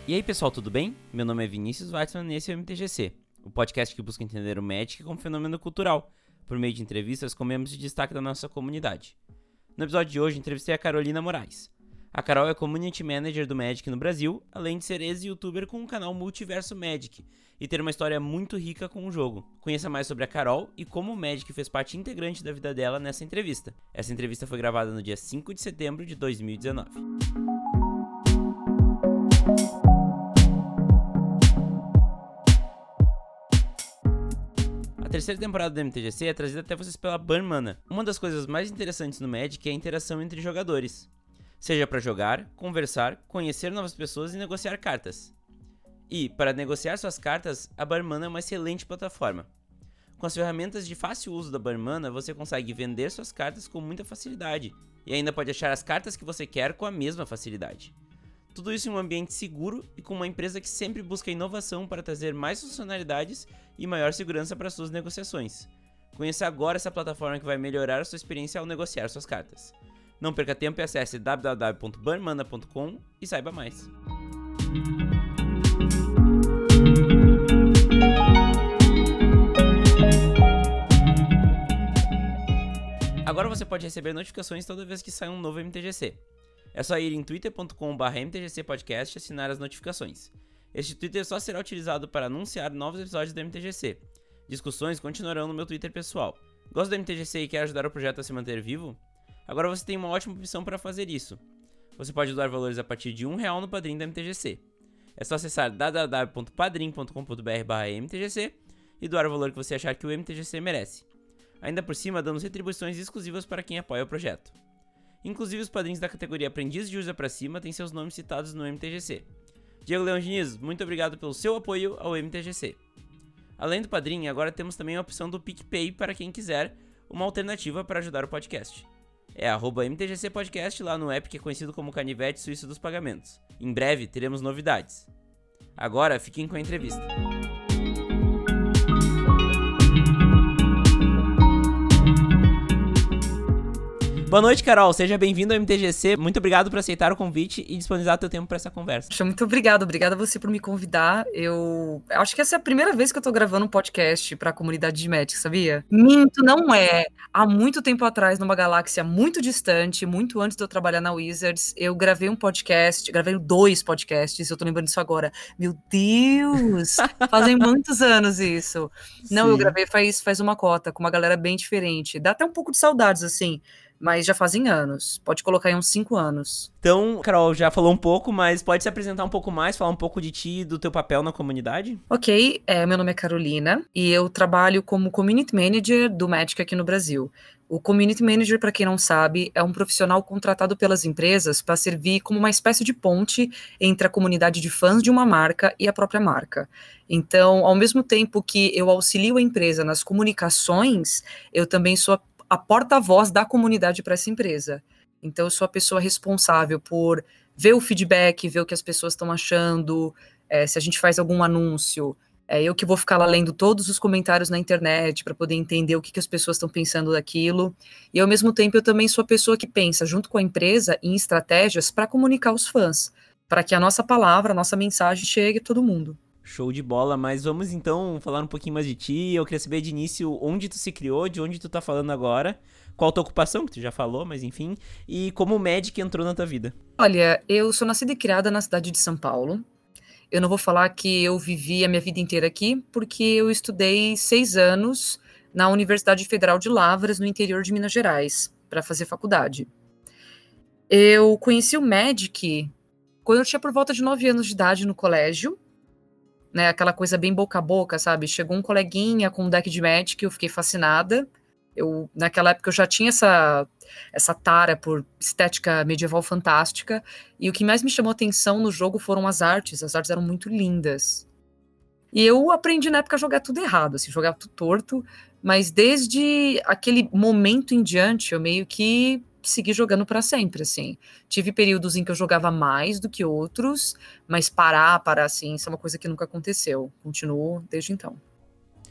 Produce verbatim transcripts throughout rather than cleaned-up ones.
E aí pessoal, tudo bem? Meu nome é Vinícius Weitzman e esse é o M T G C, o podcast que busca entender o Magic como fenômeno cultural, por meio de entrevistas com membros de destaque da nossa comunidade. No episódio de hoje, entrevistei a Carolina Moraes. A Carol é Community Manager do Magic no Brasil, além de ser ex-youtuber com um canal Multiverso Magic e ter uma história muito rica com o jogo. Conheça mais sobre a Carol e como o Magic fez parte integrante da vida dela nessa entrevista. Essa entrevista foi gravada no dia cinco de setembro de dois mil e dezenove. A terceira temporada do M T G C é trazida até vocês pela Burn Mana. Uma das coisas mais interessantes no Magic é a interação entre jogadores. Seja para jogar, conversar, conhecer novas pessoas e negociar cartas. E, para negociar suas cartas, a Burn Mana é uma excelente plataforma. Com as ferramentas de fácil uso da Burn Mana, você consegue vender suas cartas com muita facilidade. E ainda pode achar as cartas que você quer com a mesma facilidade. Tudo isso em um ambiente seguro e com uma empresa que sempre busca inovação para trazer mais funcionalidades e maior segurança para suas negociações. Conheça agora essa plataforma que vai melhorar a sua experiência ao negociar suas cartas. Não perca tempo e acesse w w w ponto burn mana ponto com e saiba mais. Agora você pode receber notificações toda vez que sai um novo M T G C. É só ir em twitter ponto com barra M T G C podcast e assinar as notificações. Este Twitter só será utilizado para anunciar novos episódios do M T G C. Discussões continuarão no meu Twitter pessoal. Gosta do M T G C e quer ajudar o projeto a se manter vivo? Agora você tem uma ótima opção para fazer isso. Você pode doar valores a partir de um real no Padrim da M T G C. É só acessar w w w ponto padrim ponto com ponto b r barra M T G C e doar o valor que você achar que o M T G C merece. Ainda por cima, damos retribuições exclusivas para quem apoia o projeto. Inclusive, os padrinhos da categoria Aprendiz de Usa pra Cima têm seus nomes citados no M T G C. Diego Leão Diniz, muito obrigado pelo seu apoio ao M T G C. Além do padrinho, agora temos também a opção do PicPay para quem quiser uma alternativa para ajudar o podcast. É arroba M T G C Podcast lá no app que é conhecido como Canivete Suíço dos Pagamentos. Em breve teremos novidades. Agora fiquem com a entrevista. Boa noite, Carol. Seja bem-vindo ao M T G C. Muito obrigado por aceitar o convite e disponibilizar teu tempo para essa conversa. Muito obrigada. Obrigada a você por me convidar. Eu acho que essa é a primeira vez que eu tô gravando um podcast para a comunidade de Magic, sabia? Minto, não é. Há muito tempo atrás, numa galáxia muito distante, muito antes de eu trabalhar na Wizards, eu gravei um podcast, gravei dois podcasts, eu tô lembrando disso agora. Meu Deus! Fazem muitos anos isso. Não, Sim. Eu gravei faz, faz uma cota, com uma galera bem diferente. Dá até um pouco de saudades, assim. Mas já fazem anos. Pode colocar aí uns cinco anos. Então, Carol, já falou um pouco, mas pode se apresentar um pouco mais, falar um pouco de ti e do teu papel na comunidade? Ok, é, meu nome é Carolina e eu trabalho como Community Manager do Magic aqui no Brasil. O Community Manager, para quem não sabe, é um profissional contratado pelas empresas para servir como uma espécie de ponte entre a comunidade de fãs de uma marca e a própria marca. Então, ao mesmo tempo que eu auxilio a empresa nas comunicações, eu também sou a a porta-voz da comunidade para essa empresa. Então, eu sou a pessoa responsável por ver o feedback, ver o que as pessoas estão achando, é, se a gente faz algum anúncio, é eu que vou ficar lá lendo todos os comentários na internet para poder entender o que, que as pessoas estão pensando daquilo. E, ao mesmo tempo, eu também sou a pessoa que pensa, junto com a empresa, em estratégias para comunicar aos fãs, para que a nossa palavra, a nossa mensagem chegue a todo mundo. Show de bola, mas vamos então falar um pouquinho mais de ti. Eu queria saber de início onde tu se criou, de onde tu tá falando agora, qual a tua ocupação, que tu já falou, mas enfim, e como o Magic entrou na tua vida. Olha, eu sou nascida e criada na cidade de São Paulo. Eu não vou falar que eu vivi a minha vida inteira aqui, porque eu estudei seis anos na Universidade Federal de Lavras, no interior de Minas Gerais, para fazer faculdade. Eu conheci o Magic quando eu tinha por volta de nove anos de idade no colégio, né, aquela coisa bem boca a boca, sabe? Chegou um coleguinha com um deck de Magic, eu fiquei fascinada. Eu, naquela época eu já tinha essa, essa tara por estética medieval fantástica, e o que mais me chamou atenção no jogo foram as artes. As artes eram muito lindas. E eu aprendi na época a jogar tudo errado, assim, jogar tudo torto, mas desde aquele momento em diante eu meio que segui jogando para sempre, assim. Tive períodos em que eu jogava mais do que outros, mas parar, parar, assim, isso é uma coisa que nunca aconteceu. Continuo desde então.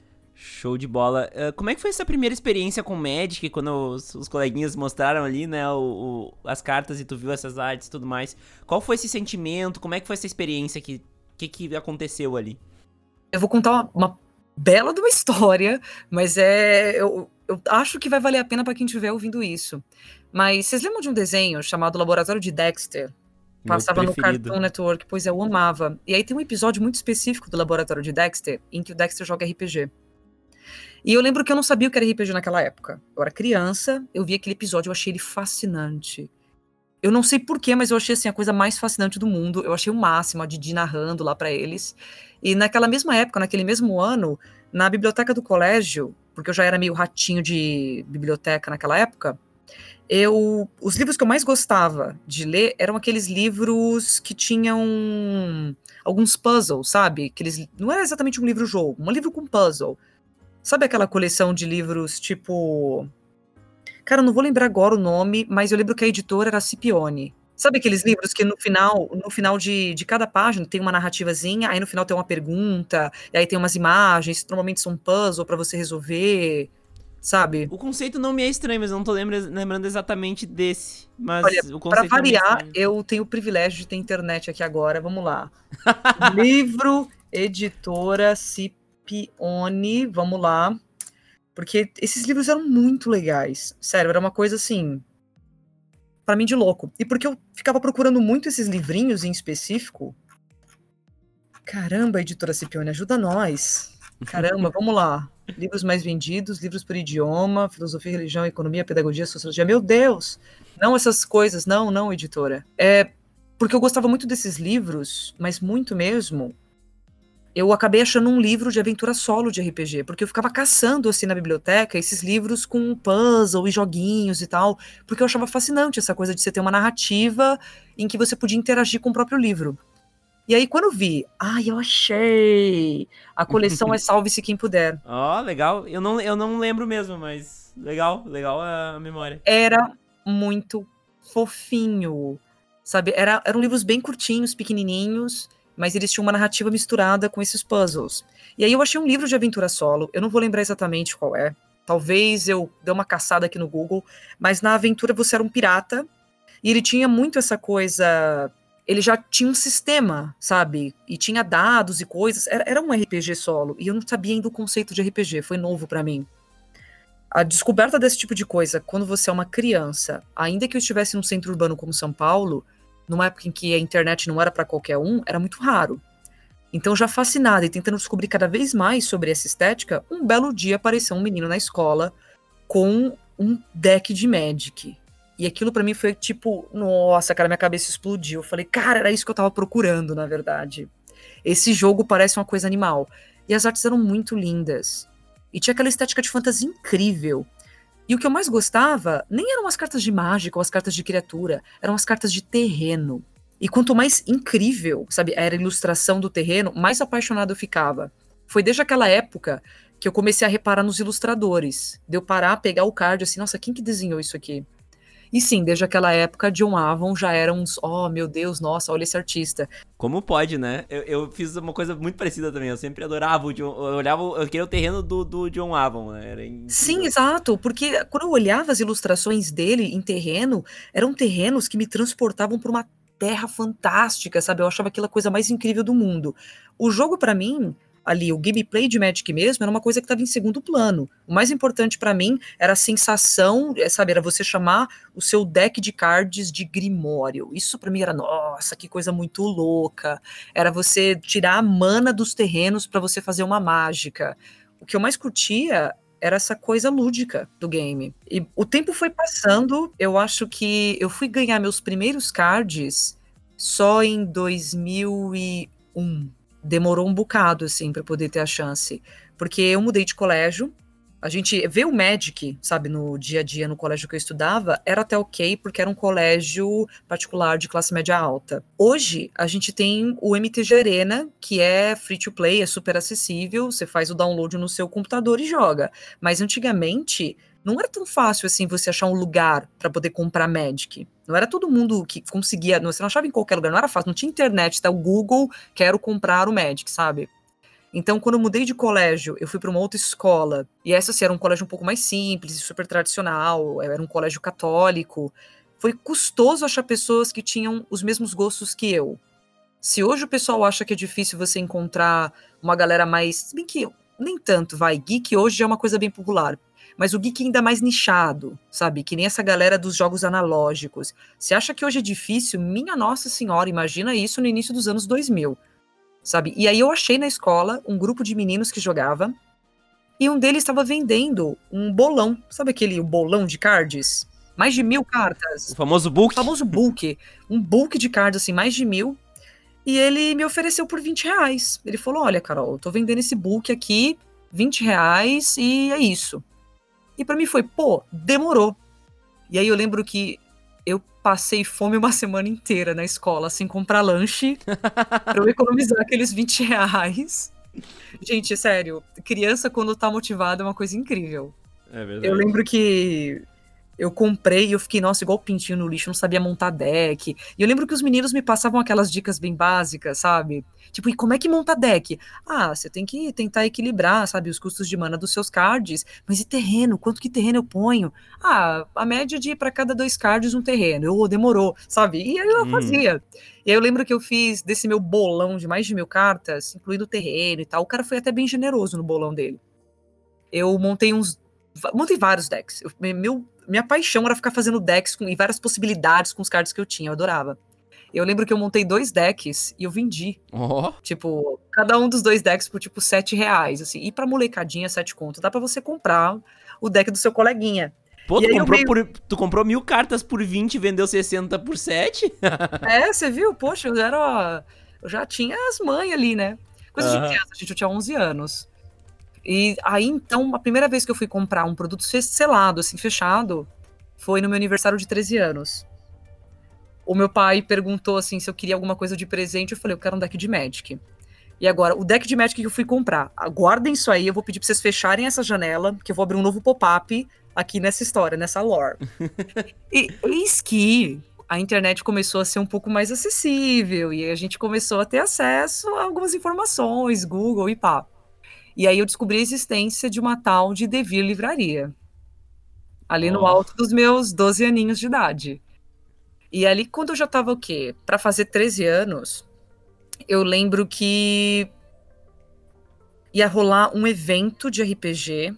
Show de bola. Uh, como é que foi essa primeira experiência com Magic, quando os, os coleguinhas mostraram ali, né, o, o, as cartas e tu viu essas artes e tudo mais? Qual foi esse sentimento? Como é que foi essa experiência? O que, que, que aconteceu ali? Eu vou contar uma, uma bela de uma história, mas é eu, eu acho que vai valer a pena para quem estiver ouvindo isso. Mas vocês lembram de um desenho chamado Laboratório de Dexter? Passava no Cartoon Network, pois é, eu amava. E aí tem um episódio muito específico do Laboratório de Dexter, em que o Dexter joga R P G. E eu lembro que eu não sabia o que era R P G naquela época. Eu era criança, eu vi aquele episódio, eu achei ele fascinante. Eu não sei porquê, mas eu achei assim, a coisa mais fascinante do mundo. Eu achei o máximo, a Didi narrando lá pra eles. E naquela mesma época, naquele mesmo ano, na biblioteca do colégio, porque eu já era meio ratinho de biblioteca naquela época, eu, os livros que eu mais gostava de ler eram aqueles livros que tinham alguns puzzles, sabe? Aqueles, não era exatamente um livro-jogo, um livro com puzzle. Sabe aquela coleção de livros tipo... Cara, eu não vou lembrar agora o nome, mas eu lembro que a editora era a Scipione. Sabe aqueles livros que no final, no final de, de cada página tem uma narrativazinha, aí no final tem uma pergunta, e aí tem umas imagens, normalmente são um puzzle pra você resolver, sabe? O conceito não me é estranho, mas eu não tô lembrando exatamente desse. Mas Olha, o conceito pra variar, é eu tenho o privilégio de ter internet aqui agora, vamos lá. Livro, editora, Scipione, vamos lá. Porque esses livros eram muito legais. Sério, era uma coisa assim, pra mim de louco. E porque eu ficava procurando muito esses livrinhos em específico. Caramba, editora Scipione, ajuda nós. Caramba, vamos lá. Livros mais vendidos, livros por idioma, filosofia, religião, economia, pedagogia, sociologia. Meu Deus! Não essas coisas, não, não, editora. É porque eu gostava muito desses livros, mas muito mesmo. Eu acabei achando um livro de aventura solo de R P G, porque eu ficava caçando, assim, na biblioteca, esses livros com puzzle e joguinhos e tal, porque eu achava fascinante essa coisa de você ter uma narrativa em que você podia interagir com o próprio livro. E aí, quando eu vi, ai, eu achei! A coleção é Salve-se Quem Puder. Ó, oh, legal. Eu não, eu não lembro mesmo, mas legal, legal a memória. Era muito fofinho, sabe? Era, eram livros bem curtinhos, pequenininhos, mas eles tinham uma narrativa misturada com esses puzzles. E aí eu achei um livro de aventura solo, eu não vou lembrar exatamente qual é, talvez eu dê uma caçada aqui no Google, mas na aventura você era um pirata, e ele tinha muito essa coisa, ele já tinha um sistema, sabe, e tinha dados e coisas, era, era um R P G solo, e eu não sabia ainda o conceito de R P G, foi novo pra mim. A descoberta desse tipo de coisa, quando você é uma criança, ainda que eu estivesse num centro urbano como São Paulo, numa época em que a internet não era para qualquer um, era muito raro. Então, já fascinada e tentando descobrir cada vez mais sobre essa estética, um belo dia apareceu um menino na escola com um deck de Magic. E aquilo para mim foi tipo, nossa, cara, minha cabeça explodiu. Eu falei, cara, era isso que eu tava procurando, na verdade. Esse jogo parece uma coisa animal. E as artes eram muito lindas. E tinha aquela estética de fantasia incrível. E o que eu mais gostava, nem eram as cartas de mágica ou as cartas de criatura, eram as cartas de terreno. E quanto mais incrível, sabe, era a ilustração do terreno, mais apaixonado eu ficava. Foi desde aquela época que eu comecei a reparar nos ilustradores. De eu parar, pegar o card assim, nossa, quem que desenhou isso aqui? E sim, desde aquela época, John Avon já era uns, oh, meu Deus, nossa, olha esse artista. Como pode, né? Eu, eu fiz uma coisa muito parecida também, eu sempre adorava o John, eu olhava, eu queria o terreno do, do John Avon, né? Era Sim, exato, porque quando eu olhava as ilustrações dele em terreno, eram terrenos que me transportavam para uma terra fantástica, sabe? Eu achava aquela coisa mais incrível do mundo. O jogo, para mim, ali, o gameplay de Magic mesmo, era uma coisa que estava em segundo plano. O mais importante para mim era a sensação, sabe, era você chamar o seu deck de cards de Grimório. Isso para mim era, nossa, que coisa muito louca. Era você tirar a mana dos terrenos para você fazer uma mágica. O que eu mais curtia era essa coisa lúdica do game. E o tempo foi passando, eu acho que eu fui ganhar meus primeiros cards só em dois mil e um. Demorou um bocado, assim, pra poder ter a chance. Porque eu mudei de colégio, a gente vê o Magic, sabe, no dia a dia no colégio que eu estudava, era até ok, porque era um colégio particular de classe média alta. Hoje, a gente tem o M T G Arena, que é free to play, é super acessível, você faz o download no seu computador e joga. Mas antigamente, não era tão fácil assim você achar um lugar para poder comprar Magic. Não era todo mundo que conseguia, não, você não achava em qualquer lugar, não era fácil, não tinha internet, tá? O Google, quero comprar o Magic, sabe? Então, quando eu mudei de colégio, eu fui para uma outra escola, e essa assim, era um colégio um pouco mais simples e super tradicional, era um colégio católico. Foi custoso achar pessoas que tinham os mesmos gostos que eu. Se hoje o pessoal acha que é difícil você encontrar uma galera mais... Se bem que nem tanto, vai. Geek hoje já é uma coisa bem popular. Mas o geek ainda mais nichado, sabe? Que nem essa galera dos jogos analógicos. Você acha que hoje é difícil? Minha Nossa Senhora, imagina isso no início dos anos dois mil, sabe? E aí eu achei na escola um grupo de meninos que jogava, e um deles estava vendendo um bolão. Sabe aquele bolão de cards? Mais de mil cartas. O famoso book? O famoso book. Um book de cards, assim, mais de mil. E ele me ofereceu por vinte reais. Ele falou, olha, Carol, eu tô vendendo esse book aqui, vinte reais, e é isso. E pra mim foi, pô, demorou. E aí eu lembro que eu passei fome uma semana inteira na escola, sem comprar lanche, pra eu economizar aqueles vinte reais. Gente, sério, criança quando tá motivada é uma coisa incrível. É verdade. Eu lembro que eu comprei e eu fiquei, nossa, igual pintinho no lixo, não sabia montar deck. E eu lembro que os meninos me passavam aquelas dicas bem básicas, sabe? Tipo, e como é que monta deck? Ah, você tem que tentar equilibrar, sabe, os custos de mana dos seus cards. Mas e terreno? Quanto que terreno eu ponho? Ah, a média de para cada dois cards um terreno. Eu, demorou, sabe? E aí eu Hum. fazia. E aí eu lembro que eu fiz desse meu bolão de mais de mil cartas, incluindo o terreno e tal. O cara foi até bem generoso no bolão dele. Eu montei uns... Montei vários decks. Eu, meu, minha paixão era ficar fazendo decks com, e várias possibilidades com os cards que eu tinha. Eu adorava. Eu lembro que eu montei dois decks e eu vendi. Oh. Tipo, cada um dos dois decks por, tipo, sete reais, assim. E pra molecadinha, sete conto, dá pra você comprar o deck do seu coleguinha. Pô, e tu comprou, meio... por, tu comprou mil cartas por vinte e vendeu sessenta por sete? É, você viu? Poxa, eu, era, eu já tinha as mães ali, né? Coisa uh-huh. de criança, gente, eu tinha onze anos. E aí, então, a primeira vez que eu fui comprar um produto selado, assim, fechado, foi no meu aniversário de treze anos. O meu pai perguntou, assim, se eu queria alguma coisa de presente. Eu falei, eu quero um deck de Magic. E agora, o deck de Magic que eu fui comprar, aguardem isso aí, eu vou pedir pra vocês fecharem essa janela, que eu vou abrir um novo pop-up aqui nessa história, nessa lore. E eis que a internet começou a ser um pouco mais acessível, e a gente começou a ter acesso a algumas informações, Google e pá. E aí eu descobri a existência de uma tal de Devir Livraria. Ali oh. no alto dos meus doze aninhos de idade. E ali, quando eu já tava o quê? Pra fazer treze anos, eu lembro que ia rolar um evento de R P G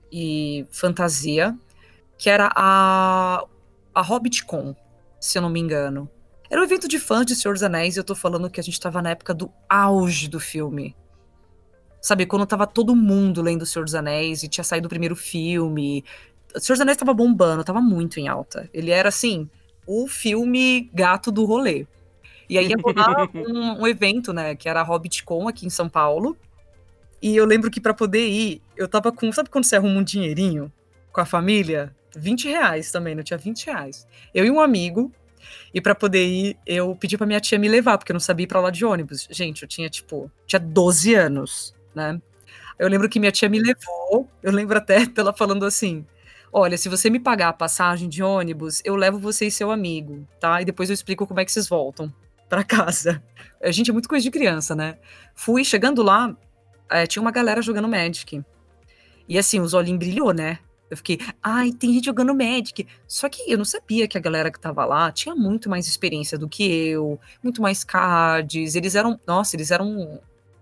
e fantasia, que era a, a HobbitCon, se eu não me engano. Era um evento de fãs de Senhor dos Anéis, e eu tô falando que a gente tava na época do auge do filme. Sabe, quando tava todo mundo lendo O Senhor dos Anéis e tinha saído o primeiro filme. O Senhor dos Anéis tava bombando, tava muito em alta. Ele era, assim, o filme gato do rolê. E aí ia rolar um, um evento, né, que era a HobbitCon aqui em São Paulo. E eu lembro que pra poder ir, eu tava com... Sabe quando você arruma um dinheirinho com a família? vinte reais também, não tinha vinte reais. Eu e um amigo, e pra poder ir, eu pedi pra minha tia me levar, porque eu não sabia ir pra lá de ônibus. Gente, eu tinha, tipo, tinha doze anos. Né? Eu lembro que minha tia me levou, eu lembro até dela falando assim, olha, se você me pagar a passagem de ônibus, eu levo você e seu amigo, tá? E depois eu explico como é que vocês voltam pra casa. A gente é muito coisa de criança, né? Fui, chegando lá, é, tinha uma galera jogando Magic. E assim, os olhinhos brilhou, né? Eu fiquei, ai, tem gente jogando Magic. Só que eu não sabia que a galera que tava lá tinha muito mais experiência do que eu, muito mais cards, eles eram, nossa, eles eram...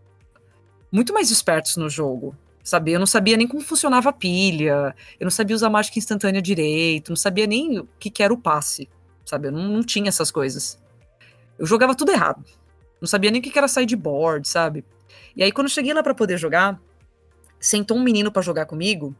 muito mais espertos no jogo, sabe? Eu não sabia nem como funcionava a pilha, eu não sabia usar mágica instantânea direito, não sabia nem o que, que era o passe, sabe? Eu não, não tinha essas coisas. Eu jogava tudo errado. Não sabia nem o que, que era sideboard, sabe? E aí, quando eu cheguei lá pra poder jogar, sentou um menino pra jogar comigo,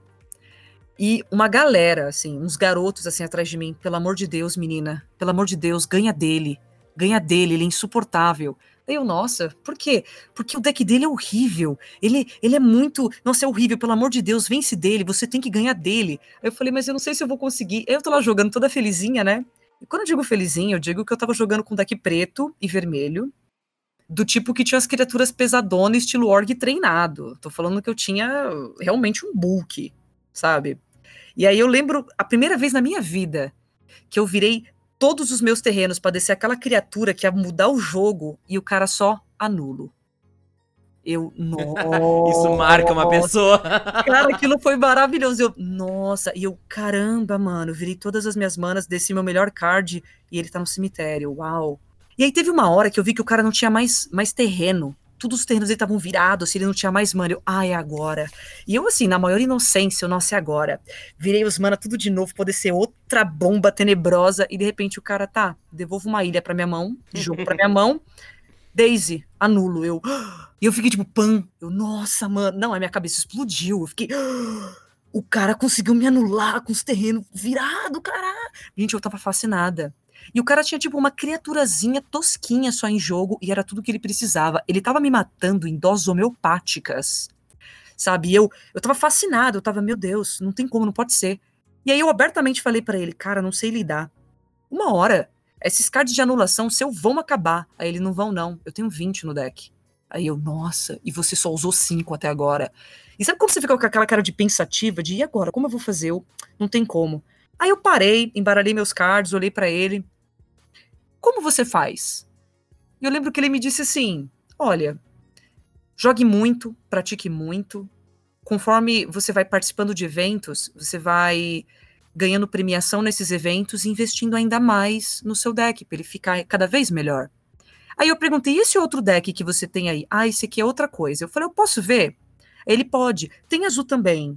e uma galera, assim, uns garotos, assim, atrás de mim. Pelo amor de Deus, menina, pelo amor de Deus, ganha dele. Ganha dele, ele é insuportável. Daí eu, nossa, por quê? Porque o deck dele é horrível, ele, ele é muito, nossa, é horrível, pelo amor de Deus, vence dele, você tem que ganhar dele. Aí eu falei, mas eu não sei se eu vou conseguir. Aí eu tô lá jogando toda felizinha, né? E quando eu digo felizinha, eu digo que eu tava jogando com deck preto e vermelho, do tipo que tinha as criaturas pesadonas, estilo org treinado. Tô falando que eu tinha realmente um bulk, sabe? E aí eu lembro, a primeira vez na minha vida, que eu virei todos os meus terrenos pra descer aquela criatura que ia mudar o jogo, e o cara só anulo. Eu, Isso marca uma nossa, pessoa. cara, aquilo foi maravilhoso. Eu, nossa, e eu, caramba, mano, virei todas as minhas manas, desci meu melhor card e ele tá no cemitério, uau. E aí teve uma hora que eu vi que o cara não tinha mais, mais terreno. Todos os terrenos dele estavam virados, se ele não tinha mais mana. Eu, ah, é agora. E eu, assim, na maior inocência, eu, nossa, é agora. Virei os mana tudo de novo, poder ser outra bomba tenebrosa. E de repente o cara, tá, devolvo uma ilha pra minha mão, de jogo pra minha mão. Daisy, anulo. Eu, e eu fiquei tipo, pam. Eu, nossa, mano. Não, a minha cabeça explodiu. Eu fiquei, o cara conseguiu me anular com os terrenos virados, caralho. Gente, eu tava fascinada. E o cara tinha, tipo, uma criaturazinha tosquinha só em jogo, e era tudo que ele precisava. Ele tava me matando em doses homeopáticas, sabe? E eu, eu tava fascinado, eu tava, meu Deus, não tem como, não pode ser. E aí eu abertamente falei pra ele, cara, não sei lidar. Uma hora, esses cards de anulação seu vão acabar. Aí ele, não vão não, eu tenho vinte no deck. Aí eu, nossa, e você só usou cinco até agora. E sabe quando você fica com aquela cara de pensativa, de e agora, como eu vou fazer? Eu, não tem como. Aí eu parei, embaralhei meus cards, olhei pra ele. Como você faz? E eu lembro que ele me disse assim, olha, jogue muito, pratique muito. Conforme você vai participando de eventos, você vai ganhando premiação nesses eventos e investindo ainda mais no seu deck, para ele ficar cada vez melhor. Aí eu perguntei, e esse outro deck que você tem aí? Ah, esse aqui é outra coisa. Eu falei, eu posso ver? Ele pode. Tem azul também,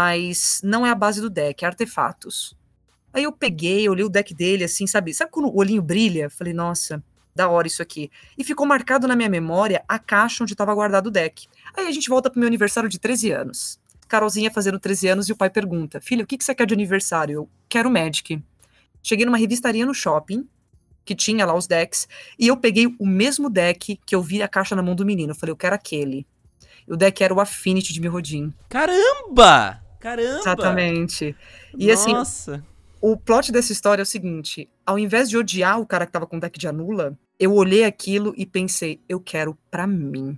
mas não é a base do deck, é artefatos. Aí eu peguei, olhei o deck dele, assim, sabe? Sabe quando o olhinho brilha? Falei, nossa, da hora isso aqui. E ficou marcado na minha memória a caixa onde estava guardado o deck. Aí a gente volta pro meu aniversário de treze anos. Carolzinha fazendo treze anos e o pai pergunta, filha, o que, que você quer de aniversário? Eu quero Magic. Cheguei numa revistaria no shopping, que tinha lá os decks, e eu peguei o mesmo deck que eu vi a caixa na mão do menino. Eu falei, eu quero aquele. E o deck era o Affinity de Mirrodin. Caramba! Caramba! Exatamente. E Nossa. assim, o plot dessa história é o seguinte, ao invés de odiar o cara que tava com o deck de anula, eu olhei aquilo e pensei, eu quero pra mim.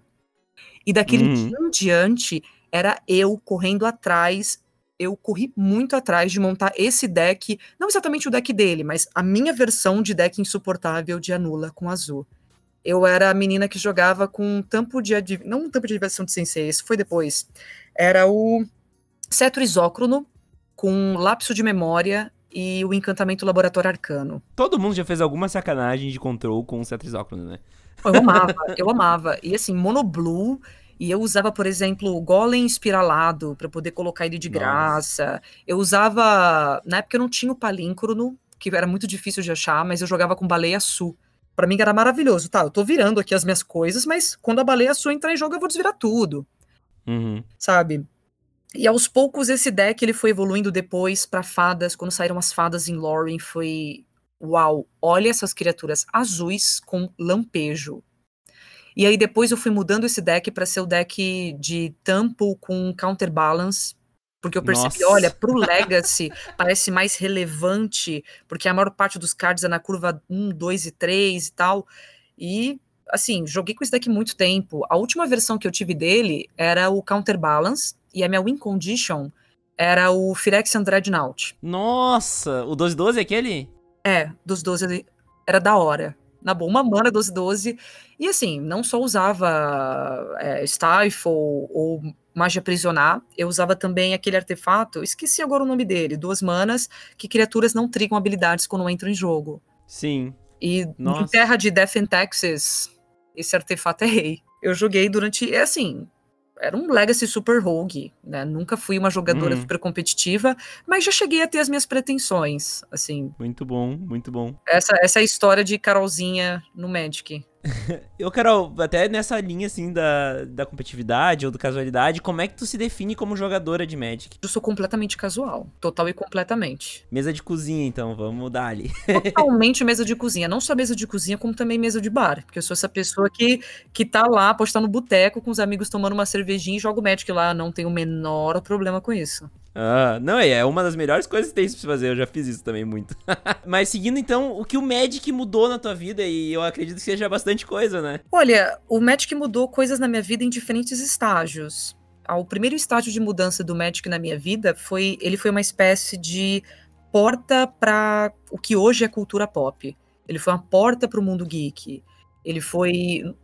E daquele Uhum. dia em diante, era eu correndo atrás, eu corri muito atrás de montar esse deck, não exatamente o deck dele, mas a minha versão de deck insuportável de anula com azul. Eu era a menina que jogava com um tampo de, adiv... não um tampo de adversação de sensei, esse foi depois. Era o Cetro Isócrono, com lapso de memória e o encantamento Laboratório Arcano. Todo mundo já fez alguma sacanagem de control com o Cetro Isócrono, né? Eu amava, eu amava. E assim, monoblue, e eu usava, por exemplo, o Golem espiralado para poder colocar ele de Nossa. graça. Eu usava, na época eu não tinha o Palíncrono, que era muito difícil de achar, mas eu jogava com Baleia Sul. Pra mim era maravilhoso, tá, eu tô virando aqui as minhas coisas, mas quando a Baleia Sul entrar em jogo eu vou desvirar tudo. Uhum. Sabe? E aos poucos esse deck ele foi evoluindo depois pra fadas, quando saíram as fadas em Lorien, foi... Uau, olha essas criaturas azuis com lampejo. E aí depois eu fui mudando esse deck pra ser o deck de Tampo com Counterbalance, porque eu percebi, Nossa. olha, pro Legacy parece mais relevante, porque a maior parte dos cards é na curva um, dois e três e tal. E, assim, joguei com esse deck muito tempo. A última versão que eu tive dele era o Counterbalance, e a minha win condition era o Phyrexian Dreadnought. Nossa, o doze doze é aquele? É, dos doze era da hora. Na boa, uma mana doze doze. E assim, não só usava é, Stifle ou Magia Aprisionar, eu usava também aquele artefato, esqueci agora o nome dele, duas manas, que criaturas não trigam habilidades quando entram em jogo. Sim. E Nossa. em terra de Death and Taxes, esse artefato é rei. Eu joguei durante, é assim... Era um Legacy Super Rogue, né? Nunca fui uma jogadora Uhum. super competitiva, mas já cheguei a ter as minhas pretensões, assim. Muito bom, muito bom. Essa, essa é a história de Carolzinha no Magic. Eu, Carol, até nessa linha, assim, da, da competitividade ou da casualidade, como é que tu se define como jogadora de Magic? Eu sou completamente casual, total e completamente. Mesa de cozinha, então, vamos dar ali. Totalmente mesa de cozinha, não só mesa de cozinha, como também mesa de bar, porque eu sou essa pessoa que, que tá lá, pode estar no boteco com os amigos tomando uma cervejinha e joga o Magic lá, não tenho o menor problema com isso. Ah, não, é uma das melhores coisas que tem pra se fazer, eu já fiz isso também muito. Mas seguindo então, o que o Magic mudou na tua vida, e eu acredito que seja bastante coisa, né? Olha, o Magic mudou coisas na minha vida em diferentes estágios. O primeiro estágio de mudança do Magic na minha vida foi, ele foi uma espécie de porta para o que hoje é cultura pop. Ele foi uma porta para o mundo geek. Ele foi